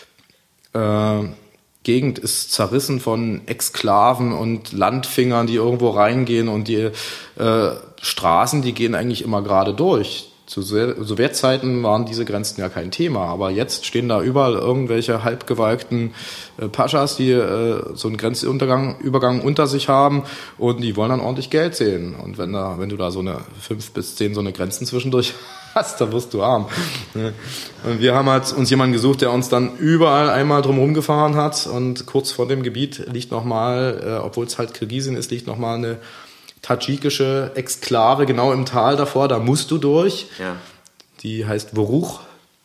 S3: Gegend ist zerrissen von Exklaven und Landfingern, die irgendwo reingehen und die Straßen, die gehen eigentlich immer gerade durch. Zu Sowjetzeiten waren diese Grenzen ja kein Thema, aber jetzt stehen da überall irgendwelche halbgewalkten Paschas, die so einen Grenzübergang unter sich haben und die wollen dann ordentlich Geld sehen. Und wenn du da so eine 5 bis 10 so eine Grenzen zwischendurch hast, dann wirst du arm. Und wir haben halt uns jemanden gesucht, der uns dann überall einmal drumherum gefahren hat und kurz vor dem Gebiet liegt nochmal, obwohl es halt Kirgisien ist, liegt nochmal eine tadschikische Exklave genau im Tal davor, da musst du durch.
S1: Ja. Die
S3: heißt Woruch.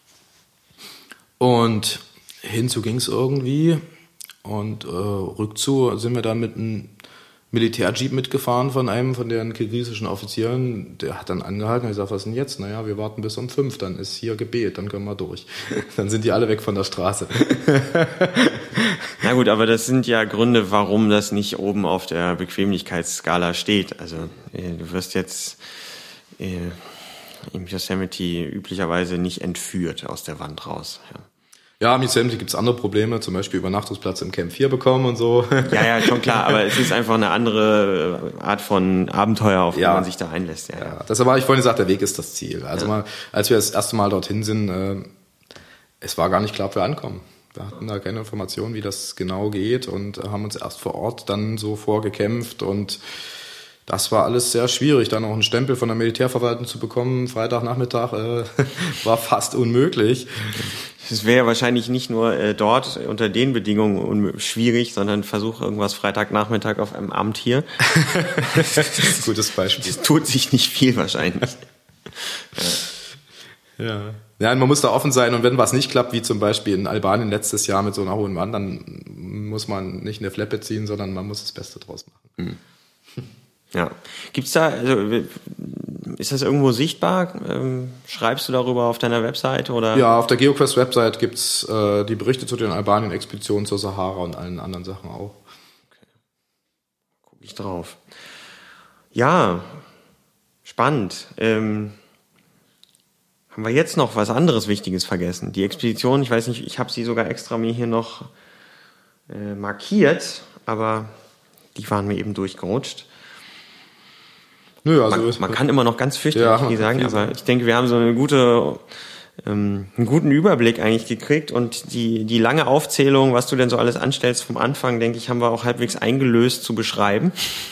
S3: Und hinzu ging es irgendwie. Und rückzu sind wir dann mit einem Militärjeep mitgefahren von einem von deren kirgisischen Offizieren. Der hat dann angehalten und gesagt, was denn jetzt? Naja, wir warten bis um 5, dann ist hier Gebet, dann können wir durch. Dann sind die alle weg von der Straße.
S1: Na gut, aber das sind ja Gründe, warum das nicht oben auf der Bequemlichkeitsskala steht. Also du wirst jetzt im Yosemite üblicherweise nicht entführt aus der Wand raus.
S3: Ja, im Yosemite gibt's andere Probleme, zum Beispiel Übernachtungsplatz im Camp 4 bekommen und so.
S1: Ja, schon klar, aber es ist einfach eine andere Art von Abenteuer, auf die man sich da einlässt.
S3: Ja. Deshalb habe ich vorhin gesagt, der Weg ist das Ziel. Also als wir das erste Mal dorthin sind, es war gar nicht klar, ob wir ankommen. Wir hatten da keine Informationen, wie das genau geht und haben uns erst vor Ort dann so vorgekämpft und das war alles sehr schwierig, dann auch einen Stempel von der Militärverwaltung zu bekommen, Freitagnachmittag, war fast unmöglich.
S1: Es wäre wahrscheinlich nicht nur dort unter den Bedingungen schwierig, sondern versuch irgendwas Freitagnachmittag auf einem Abend hier.
S3: Gutes Beispiel.
S1: Es tut sich nicht viel wahrscheinlich.
S3: Ja, man muss da offen sein und wenn was nicht klappt, wie zum Beispiel in Albanien letztes Jahr mit so einer hohen Wand, dann muss man nicht eine Fleppe ziehen, sondern man muss das Beste draus machen.
S1: Ja. Gibt's da, also Ist das irgendwo sichtbar? Schreibst du darüber auf deiner Webseite? Oder?
S3: Ja, auf der GeoQuest-Website gibt's die Berichte zu den Albanien-Expeditionen zur Sahara und allen anderen Sachen auch.
S1: Okay. Guck ich drauf. Ja, spannend. Haben wir jetzt noch was anderes Wichtiges vergessen? Die Expedition, ich weiß nicht, ich habe sie sogar extra mir hier noch markiert, aber die waren mir eben durchgerutscht.
S3: Nö, also
S1: man kann immer noch ganz fürchterlich sagen, aber ich denke, wir haben so einen guten Überblick eigentlich gekriegt und die lange Aufzählung, was du denn so alles anstellst vom Anfang, denke ich, haben wir auch halbwegs eingelöst zu beschreiben.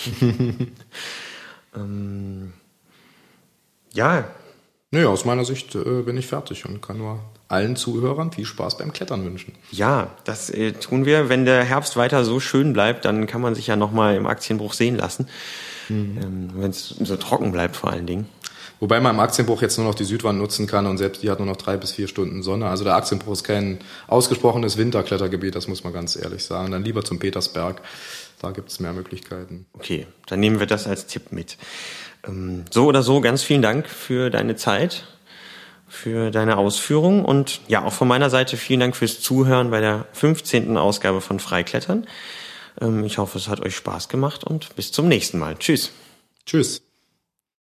S1: Ja.
S3: Naja, aus meiner Sicht bin ich fertig und kann nur allen Zuhörern viel Spaß beim Klettern wünschen.
S1: Ja, das tun wir. Wenn der Herbst weiter so schön bleibt, dann kann man sich ja nochmal im Aktienbruch sehen lassen. Wenn es so trocken bleibt vor allen Dingen.
S3: Wobei man im Aktienbruch jetzt nur noch die Südwand nutzen kann und selbst die hat nur noch 3 bis 4 Stunden Sonne. Also der Aktienbruch ist kein ausgesprochenes Winterklettergebiet, das muss man ganz ehrlich sagen. Dann lieber zum Petersberg, da gibt es mehr Möglichkeiten.
S1: Okay, dann nehmen wir das als Tipp mit. So oder so, ganz vielen Dank für deine Zeit, für deine Ausführungen und ja, auch von meiner Seite vielen Dank fürs Zuhören bei der 15. Ausgabe von Freiklettern. Ich hoffe, es hat euch Spaß gemacht und bis zum nächsten Mal. Tschüss.
S3: Tschüss.